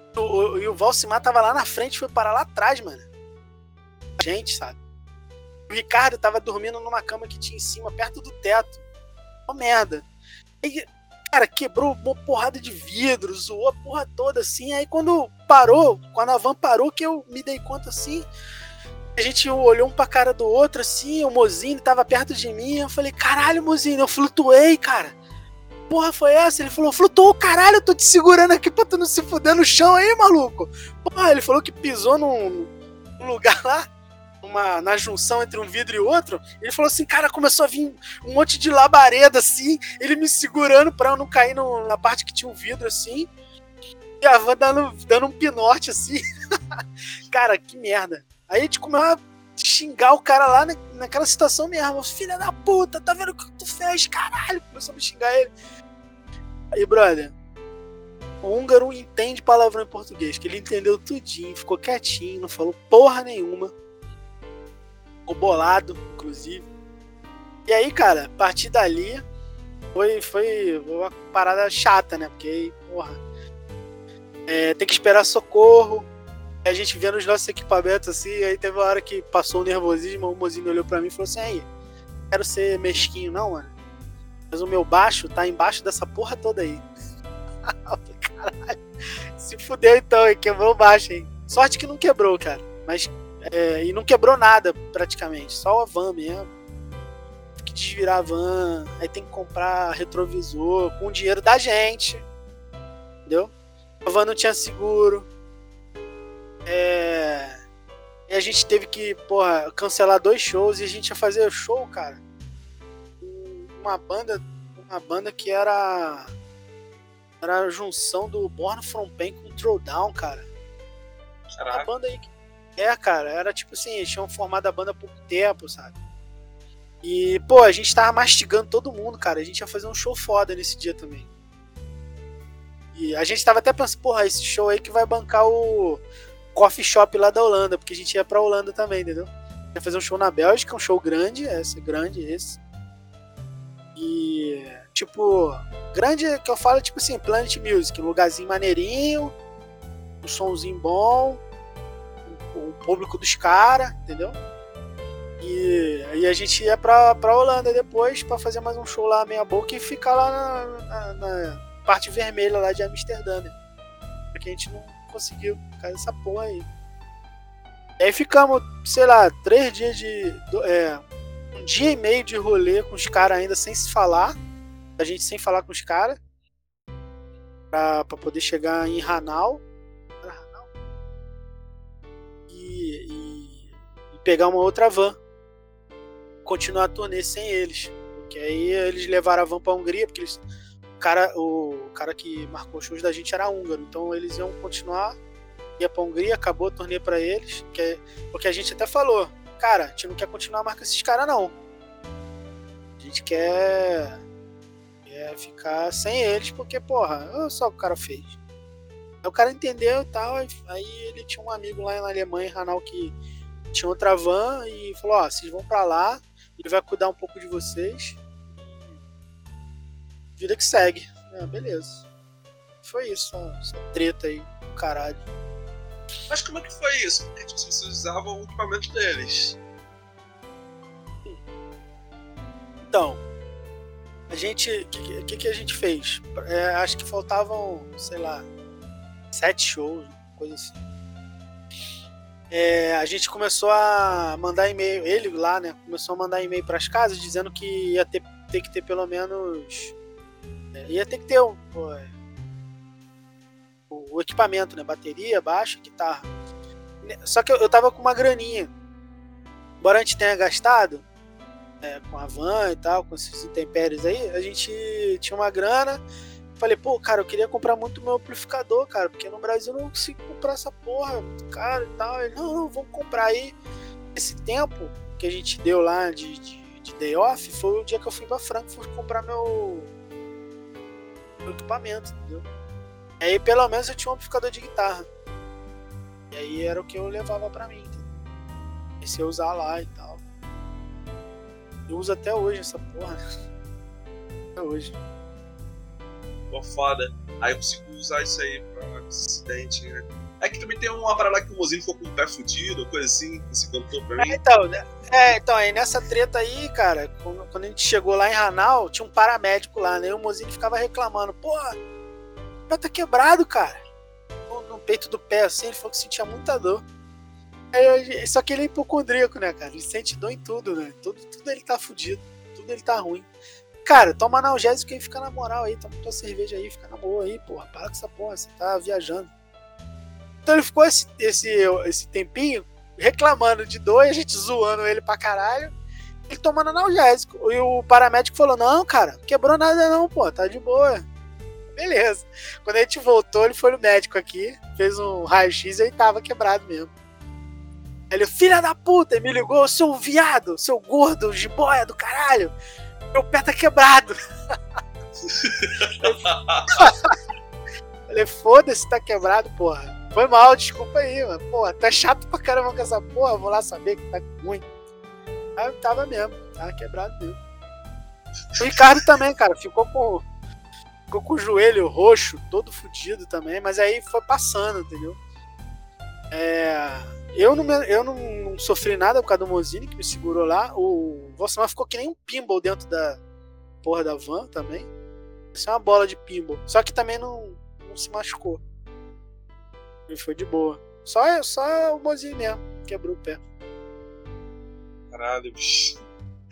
E o Valcimar tava lá na frente, foi parar lá atrás, mano. Gente, sabe? O Ricardo tava dormindo numa cama que tinha em cima, perto do teto. Uma merda. Aí, cara, quebrou uma porrada de vidro, zoou a porra toda, assim. Aí quando a van parou, que eu me dei conta, assim, a gente olhou um pra cara do outro, assim, o Mozini tava perto de mim. Eu falei, caralho, Mozini, eu flutuei, cara. Porra, foi essa? Ele falou, flutuou, caralho, eu tô te segurando aqui pra tu não se fuder no chão aí, maluco. Porra, ele falou que pisou num lugar lá, na junção entre um vidro e outro. Ele falou assim, cara, começou a vir um monte de labareda, assim, ele me segurando pra eu não cair na parte que tinha um vidro, assim, e a van dando um pinote, assim. Cara, que merda. Aí a gente começou a xingar o cara lá naquela situação mesmo. Filha da puta, tá vendo o que tu fez, caralho? Começou a me xingar ele. Aí, brother, o húngaro entende palavrão em português, que ele entendeu tudinho, ficou quietinho, não falou porra nenhuma. Ficou bolado, inclusive. E aí, cara, a partir dali foi uma parada chata, né? Porque aí, porra, tem que esperar socorro. A gente vendo os nossos equipamentos assim, aí teve uma hora que passou o nervosismo, o Mozinho olhou pra mim e falou assim, aí, não quero ser mesquinho não, mano, mas o meu baixo tá embaixo dessa porra toda aí. Caralho, se fudeu então, hein? Quebrou o baixo, hein? Sorte que não quebrou, cara, mas e não quebrou nada praticamente, só a van mesmo. Tem que desvirar a van, aí tem que comprar retrovisor com o dinheiro da gente, entendeu? A van não tinha seguro. E a gente teve que, porra, cancelar 2 shows e a gente ia fazer show, cara. Uma banda que era a junção do Born From Pain com o Throwdown, cara. Caraca. Uma banda aí cara, era tipo assim, eles tinham formado a banda há pouco tempo, sabe? E, pô, a gente tava mastigando todo mundo, cara. A gente ia fazer um show foda nesse dia também. E a gente tava até pensando, porra, esse show aí que vai bancar o coffee shop lá da Holanda, porque a gente ia pra Holanda também, entendeu? Ia fazer um show na Bélgica, um show grande, esse. E, tipo, grande que eu falo, tipo assim, Planet Music, um lugarzinho maneirinho, um somzinho bom, o público dos caras, entendeu? E aí a gente ia pra Holanda depois pra fazer mais um show lá meia boca e ficar lá na parte vermelha lá de Amsterdã, né? Porque a gente não conseguiu por causa dessa porra aí. E aí ficamos, sei lá, 3 dias um dia e meio de rolê com os caras ainda sem se falar, a gente sem falar com os caras, pra poder chegar em Hanau e pegar uma outra van, continuar a turnê sem eles, porque aí eles levaram a van pra Hungria, porque o cara que marcou os shows da gente era húngaro, então eles iam continuar, ia pra Hungria, acabou a turnê pra eles, porque a gente até falou, cara, a gente não quer continuar a marca esses caras não, a gente quer ficar sem eles, porque porra, olha só o que o cara fez. Aí o cara entendeu e tal, aí ele tinha um amigo lá na Alemanha, em Hanau, que tinha outra van e falou, ó, vocês vão pra lá, ele vai cuidar um pouco de vocês, vida que segue. Beleza. Foi isso, essa treta aí, caralho. Mas como é que foi isso? Porque tipo, vocês usavam o equipamento deles. Então, a gente, o que a gente fez? Acho que faltavam, sei lá, 7 shows, coisa assim. A gente começou a mandar e-mail, ele lá, né, começou a mandar e-mail pras casas dizendo que ia ter que ter pelo menos ia ter que ter o equipamento, né? Bateria, baixo e guitarra. Só que eu tava com uma graninha. Embora a gente tenha gastado com a van e tal, com esses intempéries aí, a gente tinha uma grana. Falei, pô, cara, eu queria comprar muito meu amplificador, cara, porque no Brasil eu não consigo comprar essa porra, cara, e tal. Ele, não, vamos comprar aí. Esse tempo que a gente deu lá de day off foi o dia que eu fui pra Frankfurt comprar meu equipamento, entendeu? Aí pelo menos eu tinha um amplificador de guitarra. E aí era o que eu levava pra mim, entendeu? Comecei a usar lá e tal. Eu uso até hoje essa porra. Até hoje. Pô, foda. Aí eu consigo usar isso aí pra acidente, né? É que também tem uma parada que o Mozini ficou com o pé fudido, coisa assim, que se contou pra mim. Então, aí nessa treta aí, cara, quando a gente chegou lá em Ranal, tinha um paramédico lá, né? E o Mozini ficava reclamando, porra, o pé tá quebrado, cara. No peito do pé, assim, ele falou que sentia muita dor. Só que ele é hipocondríaco, né, cara? Ele sente dor em tudo, né? Tudo ele tá fudido, tudo ele tá ruim. Cara, toma analgésico aí, fica na moral aí, toma tua cerveja aí, fica na boa aí, porra. Para com essa porra, você tá viajando. Então ele ficou esse tempinho reclamando de dor e a gente zoando ele pra caralho. Ele tomando analgésico. E o paramédico falou, não, cara, não quebrou nada não, pô, tá de boa. Beleza. Quando a gente voltou, ele foi no médico aqui, fez um raio-x e aí tava quebrado mesmo. Ele, filha da puta, ele me ligou, seu viado, seu gordo, jiboia do caralho, meu pé tá quebrado. Ele, foda-se, tá quebrado, porra. Foi mal, desculpa aí, mano. Porra, tá chato pra caramba com essa porra, vou lá saber que tá ruim. Aí tava mesmo, tava quebrado mesmo. O Ricardo também, cara, ficou com o joelho roxo, todo fudido também, mas aí foi passando, entendeu? Eu não sofri nada por causa do Mozini, que me segurou lá. O Valsamar ficou que nem um pinball dentro da porra da van também. Isso é uma bola de pinball. Só que também não se machucou. Ele foi de boa. Só o Mozini mesmo quebrou o pé. Caralho, bicho.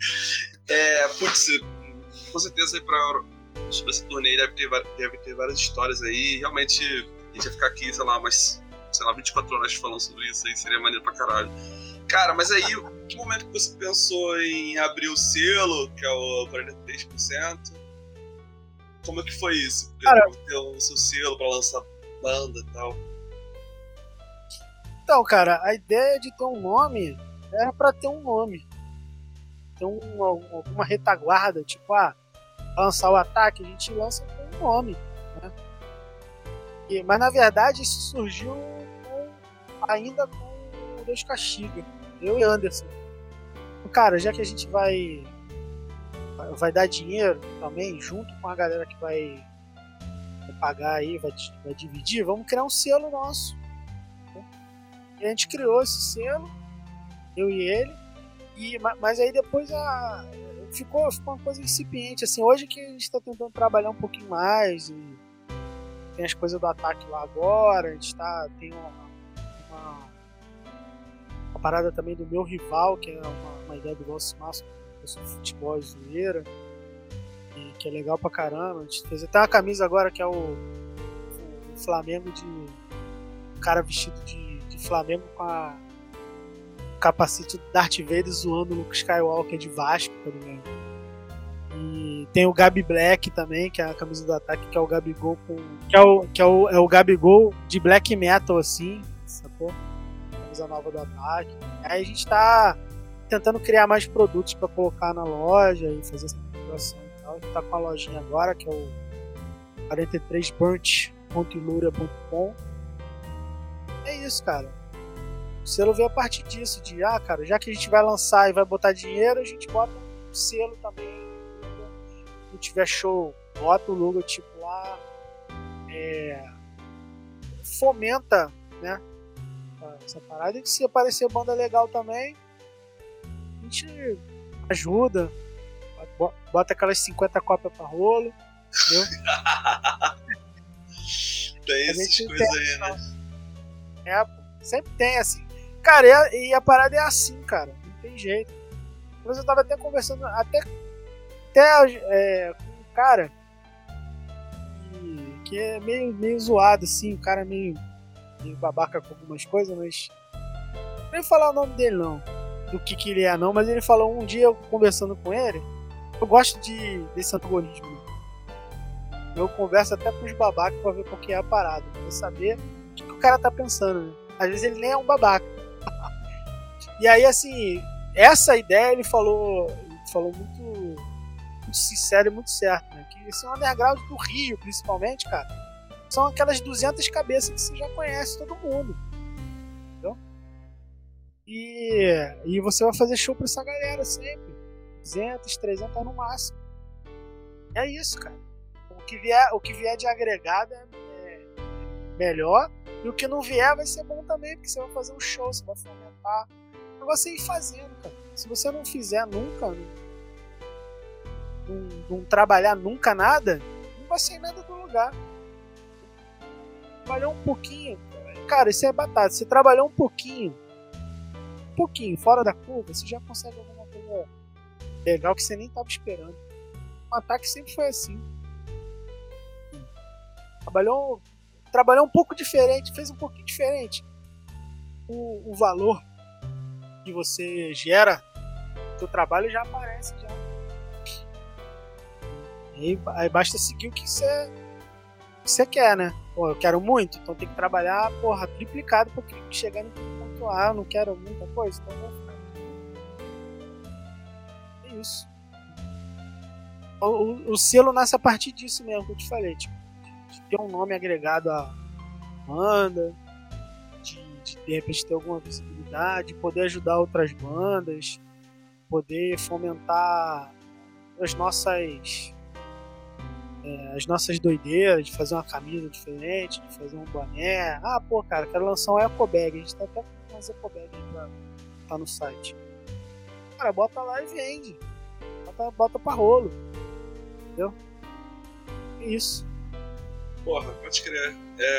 Putz, com certeza aí sobre esse torneio deve ter várias histórias aí. Realmente, a gente ia ficar aqui, sei lá, 24 horas falando sobre isso aí, seria maneiro pra caralho. Cara, mas aí, que momento que você pensou em abrir o selo, que é o 43%? Como é que foi isso? Cara, ter o seu selo pra lançar banda e tal. Então, cara, a ideia de ter um nome era pra ter um nome. Ter uma retaguarda, tipo, pra lançar o ataque, a gente lança com um nome, né? Mas na verdade isso surgiu ainda com o Deus Castiga, eu e Anderson. Cara, já que a gente vai dar dinheiro também, junto com a galera que vai pagar aí, vai dividir, vamos criar um selo nosso. Né? E a gente criou esse selo, eu e ele, mas aí depois ficou uma coisa incipiente, assim, hoje que a gente está tentando trabalhar um pouquinho mais, e tem as coisas do ataque lá agora, a gente tem uma parada também do meu rival, que é uma ideia do nosso máximo, futebol e zoeira, e que é legal pra caramba. A gente fez até uma camisa agora que é o Flamengo o cara vestido de Flamengo com a capacete do Darth Vader zoando o Luke Skywalker de Vasco, tá ligado? E tem o Gabi Black também, que é a camisa do ataque, que é o Gabigol que é o Gabigol de black metal, assim, sacou? Camisa nova do ataque. Aí a gente tá tentando criar mais produtos pra colocar na loja e fazer essa divulgação e tal. A gente tá com a lojinha agora, que é o 43bunch.ilura.com. É isso, cara. O selo veio a partir disso, cara, já que a gente vai lançar e vai botar dinheiro, a gente bota um selo também. Se tiver show, bota o logotipo lá, fomenta, né, essa parada. E se aparecer banda legal também, a gente ajuda, bota aquelas 50 cópias pra rolo, entendeu? Tem essas coisas aí, né? Sempre tem, assim. Cara, e a parada é assim, cara, não tem jeito. Mas eu tava até conversando, até com um cara que é meio zoado, assim, o cara meio babaca com algumas coisas, mas não nem falar o nome dele não, do que ele é não, mas ele falou um dia, eu conversando com ele, eu gosto desse antagonismo, eu converso até com os babacas pra ver qual que é a parada, pra saber o que o cara tá pensando, né? Às vezes ele nem é um babaca. E aí, assim, essa ideia ele falou muito sincero e muito certo, né? Que esse é um underground do Rio, principalmente, cara. São aquelas 200 cabeças que você já conhece todo mundo. Entendeu? E você vai fazer show pra essa galera sempre. 200, 300 no máximo. É isso, cara. O que vier de agregado melhor, e o que não vier vai ser bom também, porque você vai fazer um show, você vai fomentar. O negócio é ir fazendo, cara. Se você não fizer nunca, não trabalhar nunca nada, não vai sair nada do lugar. Trabalhar um pouquinho, cara, isso é batata. Você trabalhar um pouquinho fora da curva, você já consegue alguma coisa legal que você nem estava esperando. O ataque sempre foi assim. Trabalhou um pouco diferente, fez um pouquinho diferente. O valor que você gera do seu trabalho já aparece já. Aí basta seguir o que você quer, né? Pô, eu quero muito, então tem que trabalhar, triplicado para chegar no ponto A. Eu não quero muita coisa, então vou ficar. É isso. O selo nasce a partir disso mesmo que eu te falei, tipo, de ter um nome agregado à banda, de repente ter alguma visibilidade, poder ajudar outras bandas, poder fomentar as nossas doideiras, de fazer uma camisa diferente, de fazer um boné. Cara, quero lançar um eco bag. A gente tá até com umas eco bag aí pra tá no site. Cara, bota lá e vende. Bota pra rolo. Entendeu? É isso. Porra, pode crer.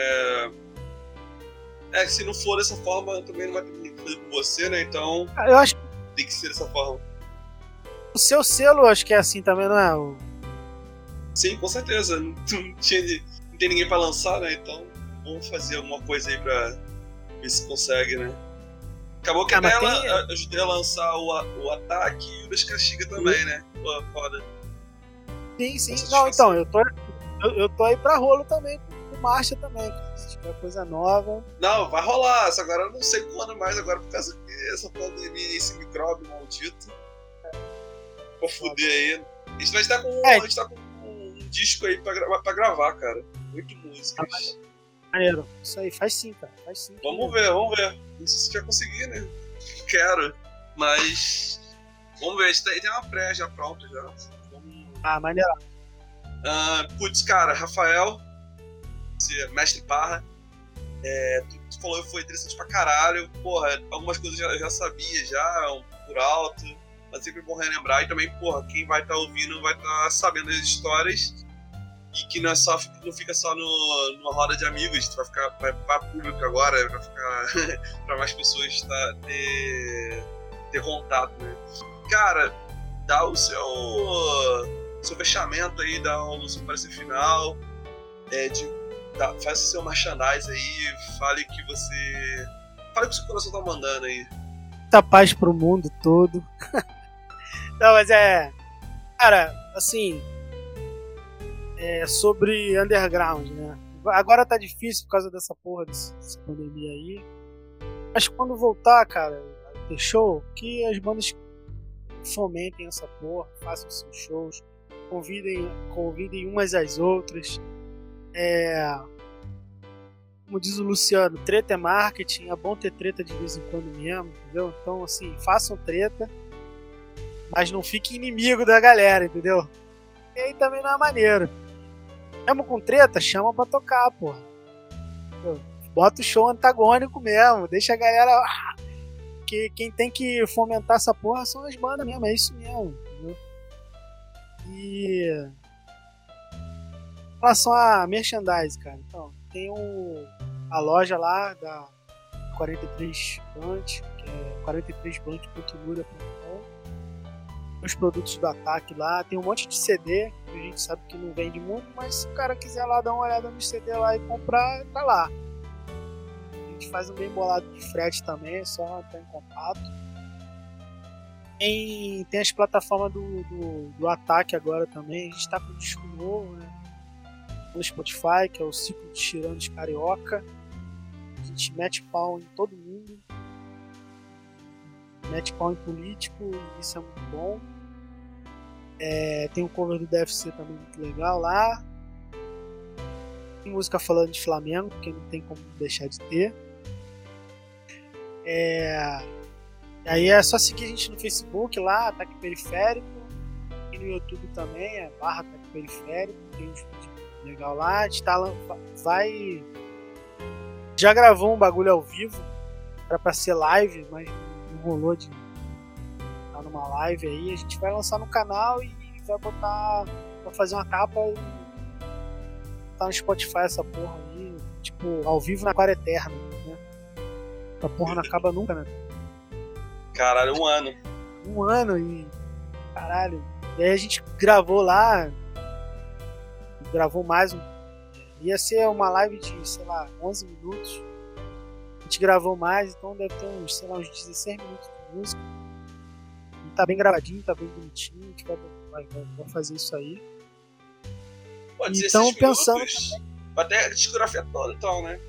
Se não for dessa forma, também não vai ter ninguém fazer com você, né? Então. Eu acho que tem que ser dessa forma. o seu selo, acho que é assim também, não é? Sim, com certeza. Não tem ninguém pra lançar, né? Então vamos fazer alguma coisa aí pra ver se consegue, né? Acabou que até ela ajudei a lançar o Ataque e o Descastiga também, né? Pô, foda. Sim. Não, então, eu tô aí pra rolo também, com marcha também, cara. Se tiver coisa nova. Não, vai rolar. Só agora eu não sei quando mais agora, por causa dessa pandemia, esse micróbio maldito. Vou fuder aí. A gente tá com um disco aí pra gravar, cara. 8 músicas. Maneiro. Isso aí, faz sim, cara. Vamos ver. Não sei se já conseguir, né? Quero. Mas. Vamos ver. Tem uma pré já pronta já. Maneiro. Putz, cara, Rafael, você é mestre Parra. Tu falou que foi interessante pra caralho. Porra, algumas coisas eu já sabia já, por alto. Mas sempre bom relembrar. E também, porra, quem vai estar ouvindo vai estar sabendo as histórias. E que não fica só numa roda de amigos. Vai ficar pra público agora, vai ficar pra mais pessoas ter contato, né? Cara, dá o seu fechamento aí, dá o seu parecer final. Faz o seu merchandise aí. Fale o que o seu coração tá mandando aí. Muita paz pro mundo todo. Não, mas cara, assim, sobre underground, né? Agora tá difícil por causa dessa porra dessa pandemia aí. Mas quando voltar, cara, a ter show, que as bandas fomentem essa porra, façam seus shows, convidem umas às outras. Como diz o Luciano, treta é marketing, é bom ter treta de vez em quando mesmo, entendeu? Então, assim, façam treta, mas não fique inimigo da galera, entendeu? E aí também não é maneiro. Mesmo com treta, chama pra tocar, porra. Entendeu? Bota o show antagônico mesmo, deixa a galera... que quem tem que fomentar essa porra são as bandas mesmo, é isso mesmo, entendeu? E... em relação a merchandise, cara, então, tem a loja lá da 43 Band, que é 43band.lura.com. Os produtos do Ataque lá, tem um monte de CD, que a gente sabe que não vende muito, mas se o cara quiser lá dar uma olhada no CD lá e comprar, tá lá. A gente faz um bem bolado de frete também, é só entrar em contato. Tem as plataformas do Ataque agora também, a gente tá com um disco novo, né? No Spotify, que é o Ciclo de Tiranos Carioca. A gente mete pau em todo mundo, mete pau em político, e isso é muito bom. Tem o cover do DFC também muito legal lá. Tem música falando de Flamengo, que não tem como deixar de ter. Aí é só seguir a gente no Facebook lá, Ataque Periférico, e no YouTube também, /Ataque Periférico, tem uns vídeos legal lá. A gente vai já gravou um bagulho ao vivo, era pra ser live, mas não rolou de estar numa live aí. A gente vai lançar no canal e vai botar, vai fazer uma capa e botar no Spotify essa porra aí, tipo, ao vivo na Aquário Eterno, né? Essa porra não acaba nunca, né? Caralho, 1 ano. 1 ano e... Caralho. E aí a gente gravou lá, gravou mais um... Ia ser uma live de, sei lá, 11 minutos. A gente gravou mais, então deve ter uns, sei lá, uns 16 minutos de música. E tá bem gravadinho, tá bem bonitinho. A gente vai fazer isso aí. Pô, então, pensando... Vai ter a discografia toda, então, né?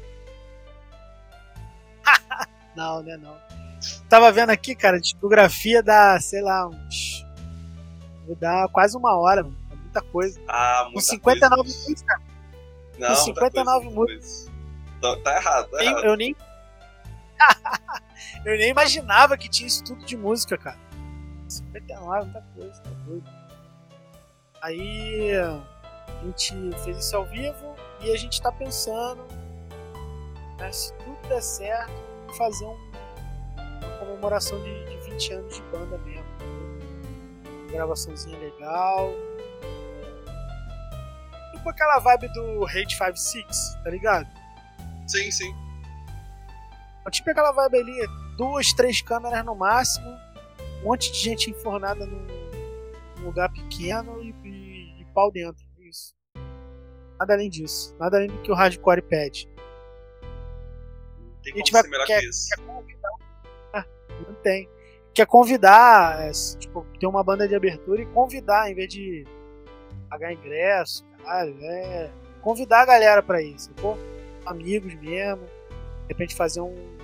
Não, né, não. Tava vendo aqui, cara, a discografia dá, sei lá, uns... Dá quase 1 hora, mano. É muita coisa. Ah, muita com 59 coisa. músicas, cara. Não, com 59 músicas. Tá errado, tá errado. Eu nem... eu nem imaginava que tinha isso tudo de música, cara. 59, muita coisa, tá doido. Aí a gente fez isso ao vivo e a gente tá pensando, né, se tudo der certo, fazer uma comemoração de 20 anos de banda mesmo. Uma gravaçãozinha legal. Tipo aquela vibe do Hate 56, tá ligado? Sim, sim. Tipo aquela vibe ali, 2, 3 câmeras no máximo, um monte de gente enfornada num lugar pequeno e pau dentro. Isso. Nada além disso. Nada além do que o hardcore pede. Tem a gente como vai, ser melhor quer que isso. convidar. Não tem. Quer convidar, tipo, ter uma banda de abertura e convidar, em vez de pagar ingresso, caralho, convidar a galera pra isso, pô, amigos mesmo, de repente fazer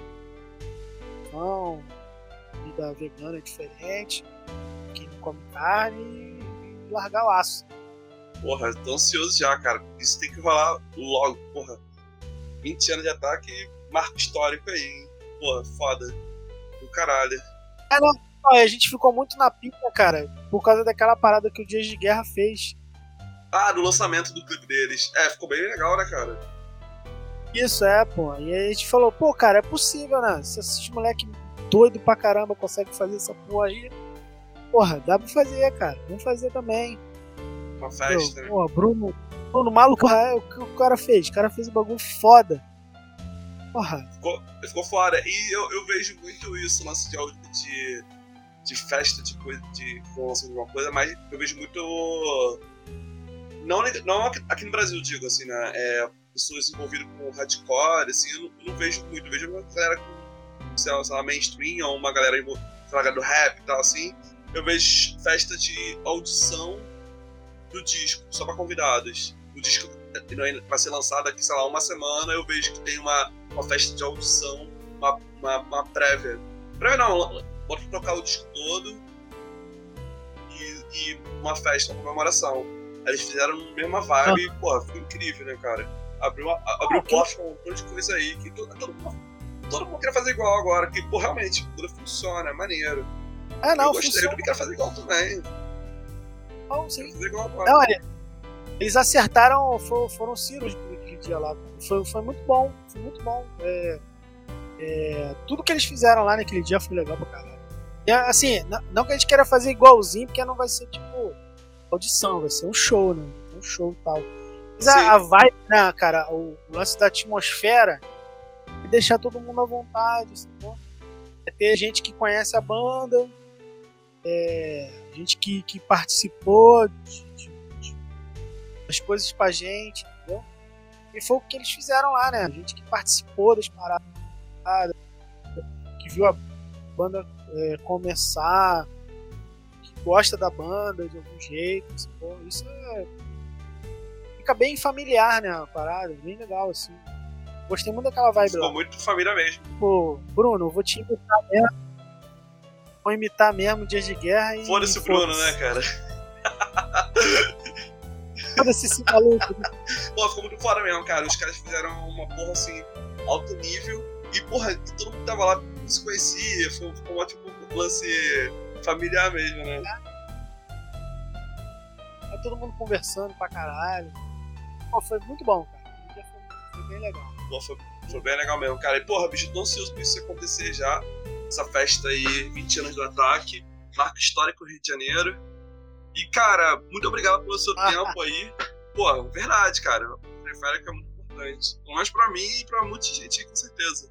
comida vegana diferente, quem não come carne e largar o aço. Porra, tô ansioso já, cara. Isso tem que rolar logo, porra. 20 anos de ataque, marco histórico aí, hein? Porra, foda. Do caralho. Não, a gente ficou muito na pica, cara, por causa daquela parada que o Dias de Guerra fez. Ah, do lançamento do clipe deles. Ficou bem legal, né, cara? Isso, pô. E aí a gente falou, pô, cara, é possível, né? Se esses moleque doido pra caramba consegue fazer essa porra aí, porra, dá pra fazer, cara. Vamos fazer também. Uma festa, né? Porra, Bruno maluco, o que o cara fez? O cara fez um bagulho foda. Porra. Ficou fora. E eu vejo muito isso, lance de festa, de coisa, de lançamento de uma coisa, mas eu vejo muito... Não aqui no Brasil, digo, assim, né? Pessoas envolvidas com hardcore, assim, eu não vejo muito. Eu vejo uma galera com, sei lá, mainstream, ou uma galera do rap e tal, assim. Eu vejo festa de audição do disco, só pra convidados. O disco vai ser lançado daqui, sei lá, 1 semana, eu vejo que tem uma festa de audição, uma prévia. Prévia não, bota pra tocar o disco todo e uma festa, uma comemoração. Eles fizeram a mesma vibe e, porra, ficou incrível, né, cara? Abriu porta com um monte de coisa aí que todo mundo quer fazer igual agora, que, pô, realmente, tudo funciona, é maneiro. Não, eu gostei, funciona. eu quero fazer igual também. Não, sim. Quero fazer igual agora. Não, eles acertaram, foram cirúrgicos naquele dia lá. Foi muito bom, foi muito bom. Tudo que eles fizeram lá naquele dia foi legal pra caralho. E, assim, não que a gente queira fazer igualzinho, porque não vai ser tipo audição, vai ser um show, né? Um show e tal. Mas a vibe, né, cara, o lance da atmosfera é deixar todo mundo à vontade, sacou? É ter gente que conhece a banda, gente que participou das coisas pra gente, entendeu? E foi o que eles fizeram lá, né? Gente que participou das paradas, que viu a banda começar, que gosta da banda de algum jeito, sacou? Isso fica bem familiar, né? A parada, bem legal, assim. Gostei muito daquela vibe lá. Ficou muito família mesmo. Pô, Bruno, eu vou te imitar mesmo. Vou imitar mesmo Dias de Guerra e... Foda-se o Bruno, né, cara? Foda-se esse maluco. Pô, ficou muito foda mesmo, cara. Os caras fizeram uma porra, assim, alto nível. E, porra, todo mundo tava lá, se conhecia. Ficou um ótimo lance familiar mesmo, né? Aí todo mundo conversando pra caralho. Pô, foi muito bom, cara. O dia foi bem legal. Pô, foi Foi bem legal mesmo, cara. E, porra, bicho, eu tô ansioso pra isso acontecer já. Essa festa aí, 20 anos do ataque. Marco histórico Rio de Janeiro. E, cara, muito obrigado pelo seu tempo aí. Pô, verdade, cara. O periférico é muito importante. Pelo menos pra mim e pra muita gente aí, com certeza.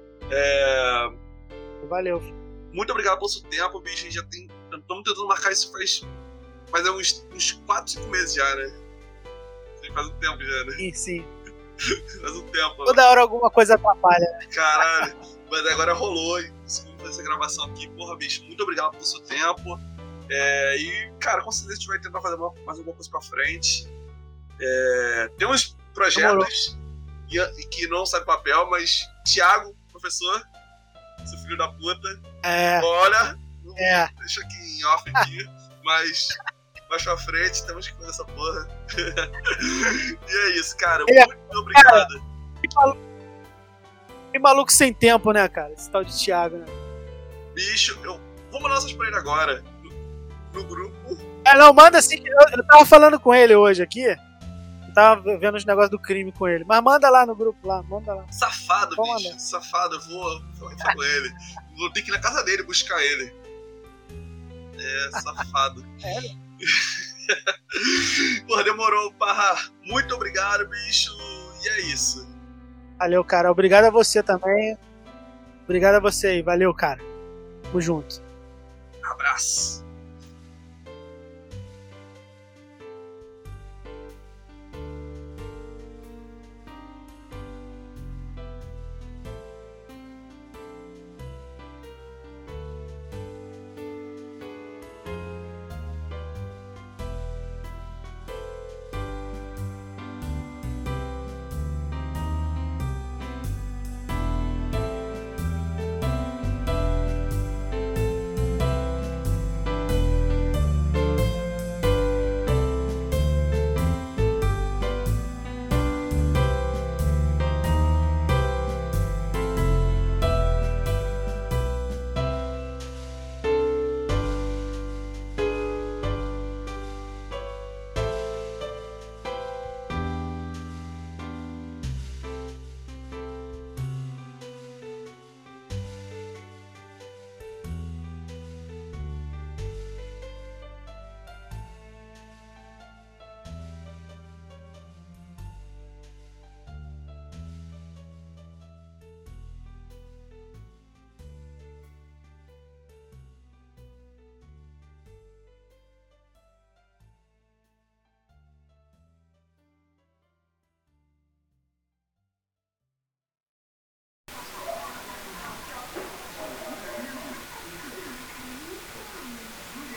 Valeu. Muito obrigado pelo seu tempo, bicho. A gente já tem. Estamos tentando marcar isso faz uns 4, 5 meses já, né? Faz um tempo já, né? Sim. Faz um tempo. Toda hora alguma coisa atrapalha, né? Caralho. Mas agora rolou e conseguimos fazer essa gravação aqui. Porra, bicho, muito obrigado pelo seu tempo. E, cara, com certeza a gente vai tentar fazer mais alguma coisa pra frente. Tem uns projetos que não saem papel, mas Thiago, professor, seu filho da puta, olha, deixa aqui em off aqui, mas mais pra frente temos que fazer essa porra. E é isso, cara. Muito obrigado. Que maluco sem tempo, né, cara? Esse tal de Thiago, né? Bicho, eu vou mandar essas pra ele agora. No grupo. Não, manda assim. Eu tava falando com ele hoje aqui. Eu tava vendo os negócios do crime com ele. Mas manda lá no grupo, manda lá. Safado, Vou bicho. mandar. Safado, eu vou falar com ele. Vou ter que ir na casa dele buscar ele. Safado. Porra, demorou, Parra. Muito obrigado, bicho. E é isso. Valeu, cara. Obrigado a você também. Obrigado a você aí. Valeu, cara. Tamo junto. Abraço.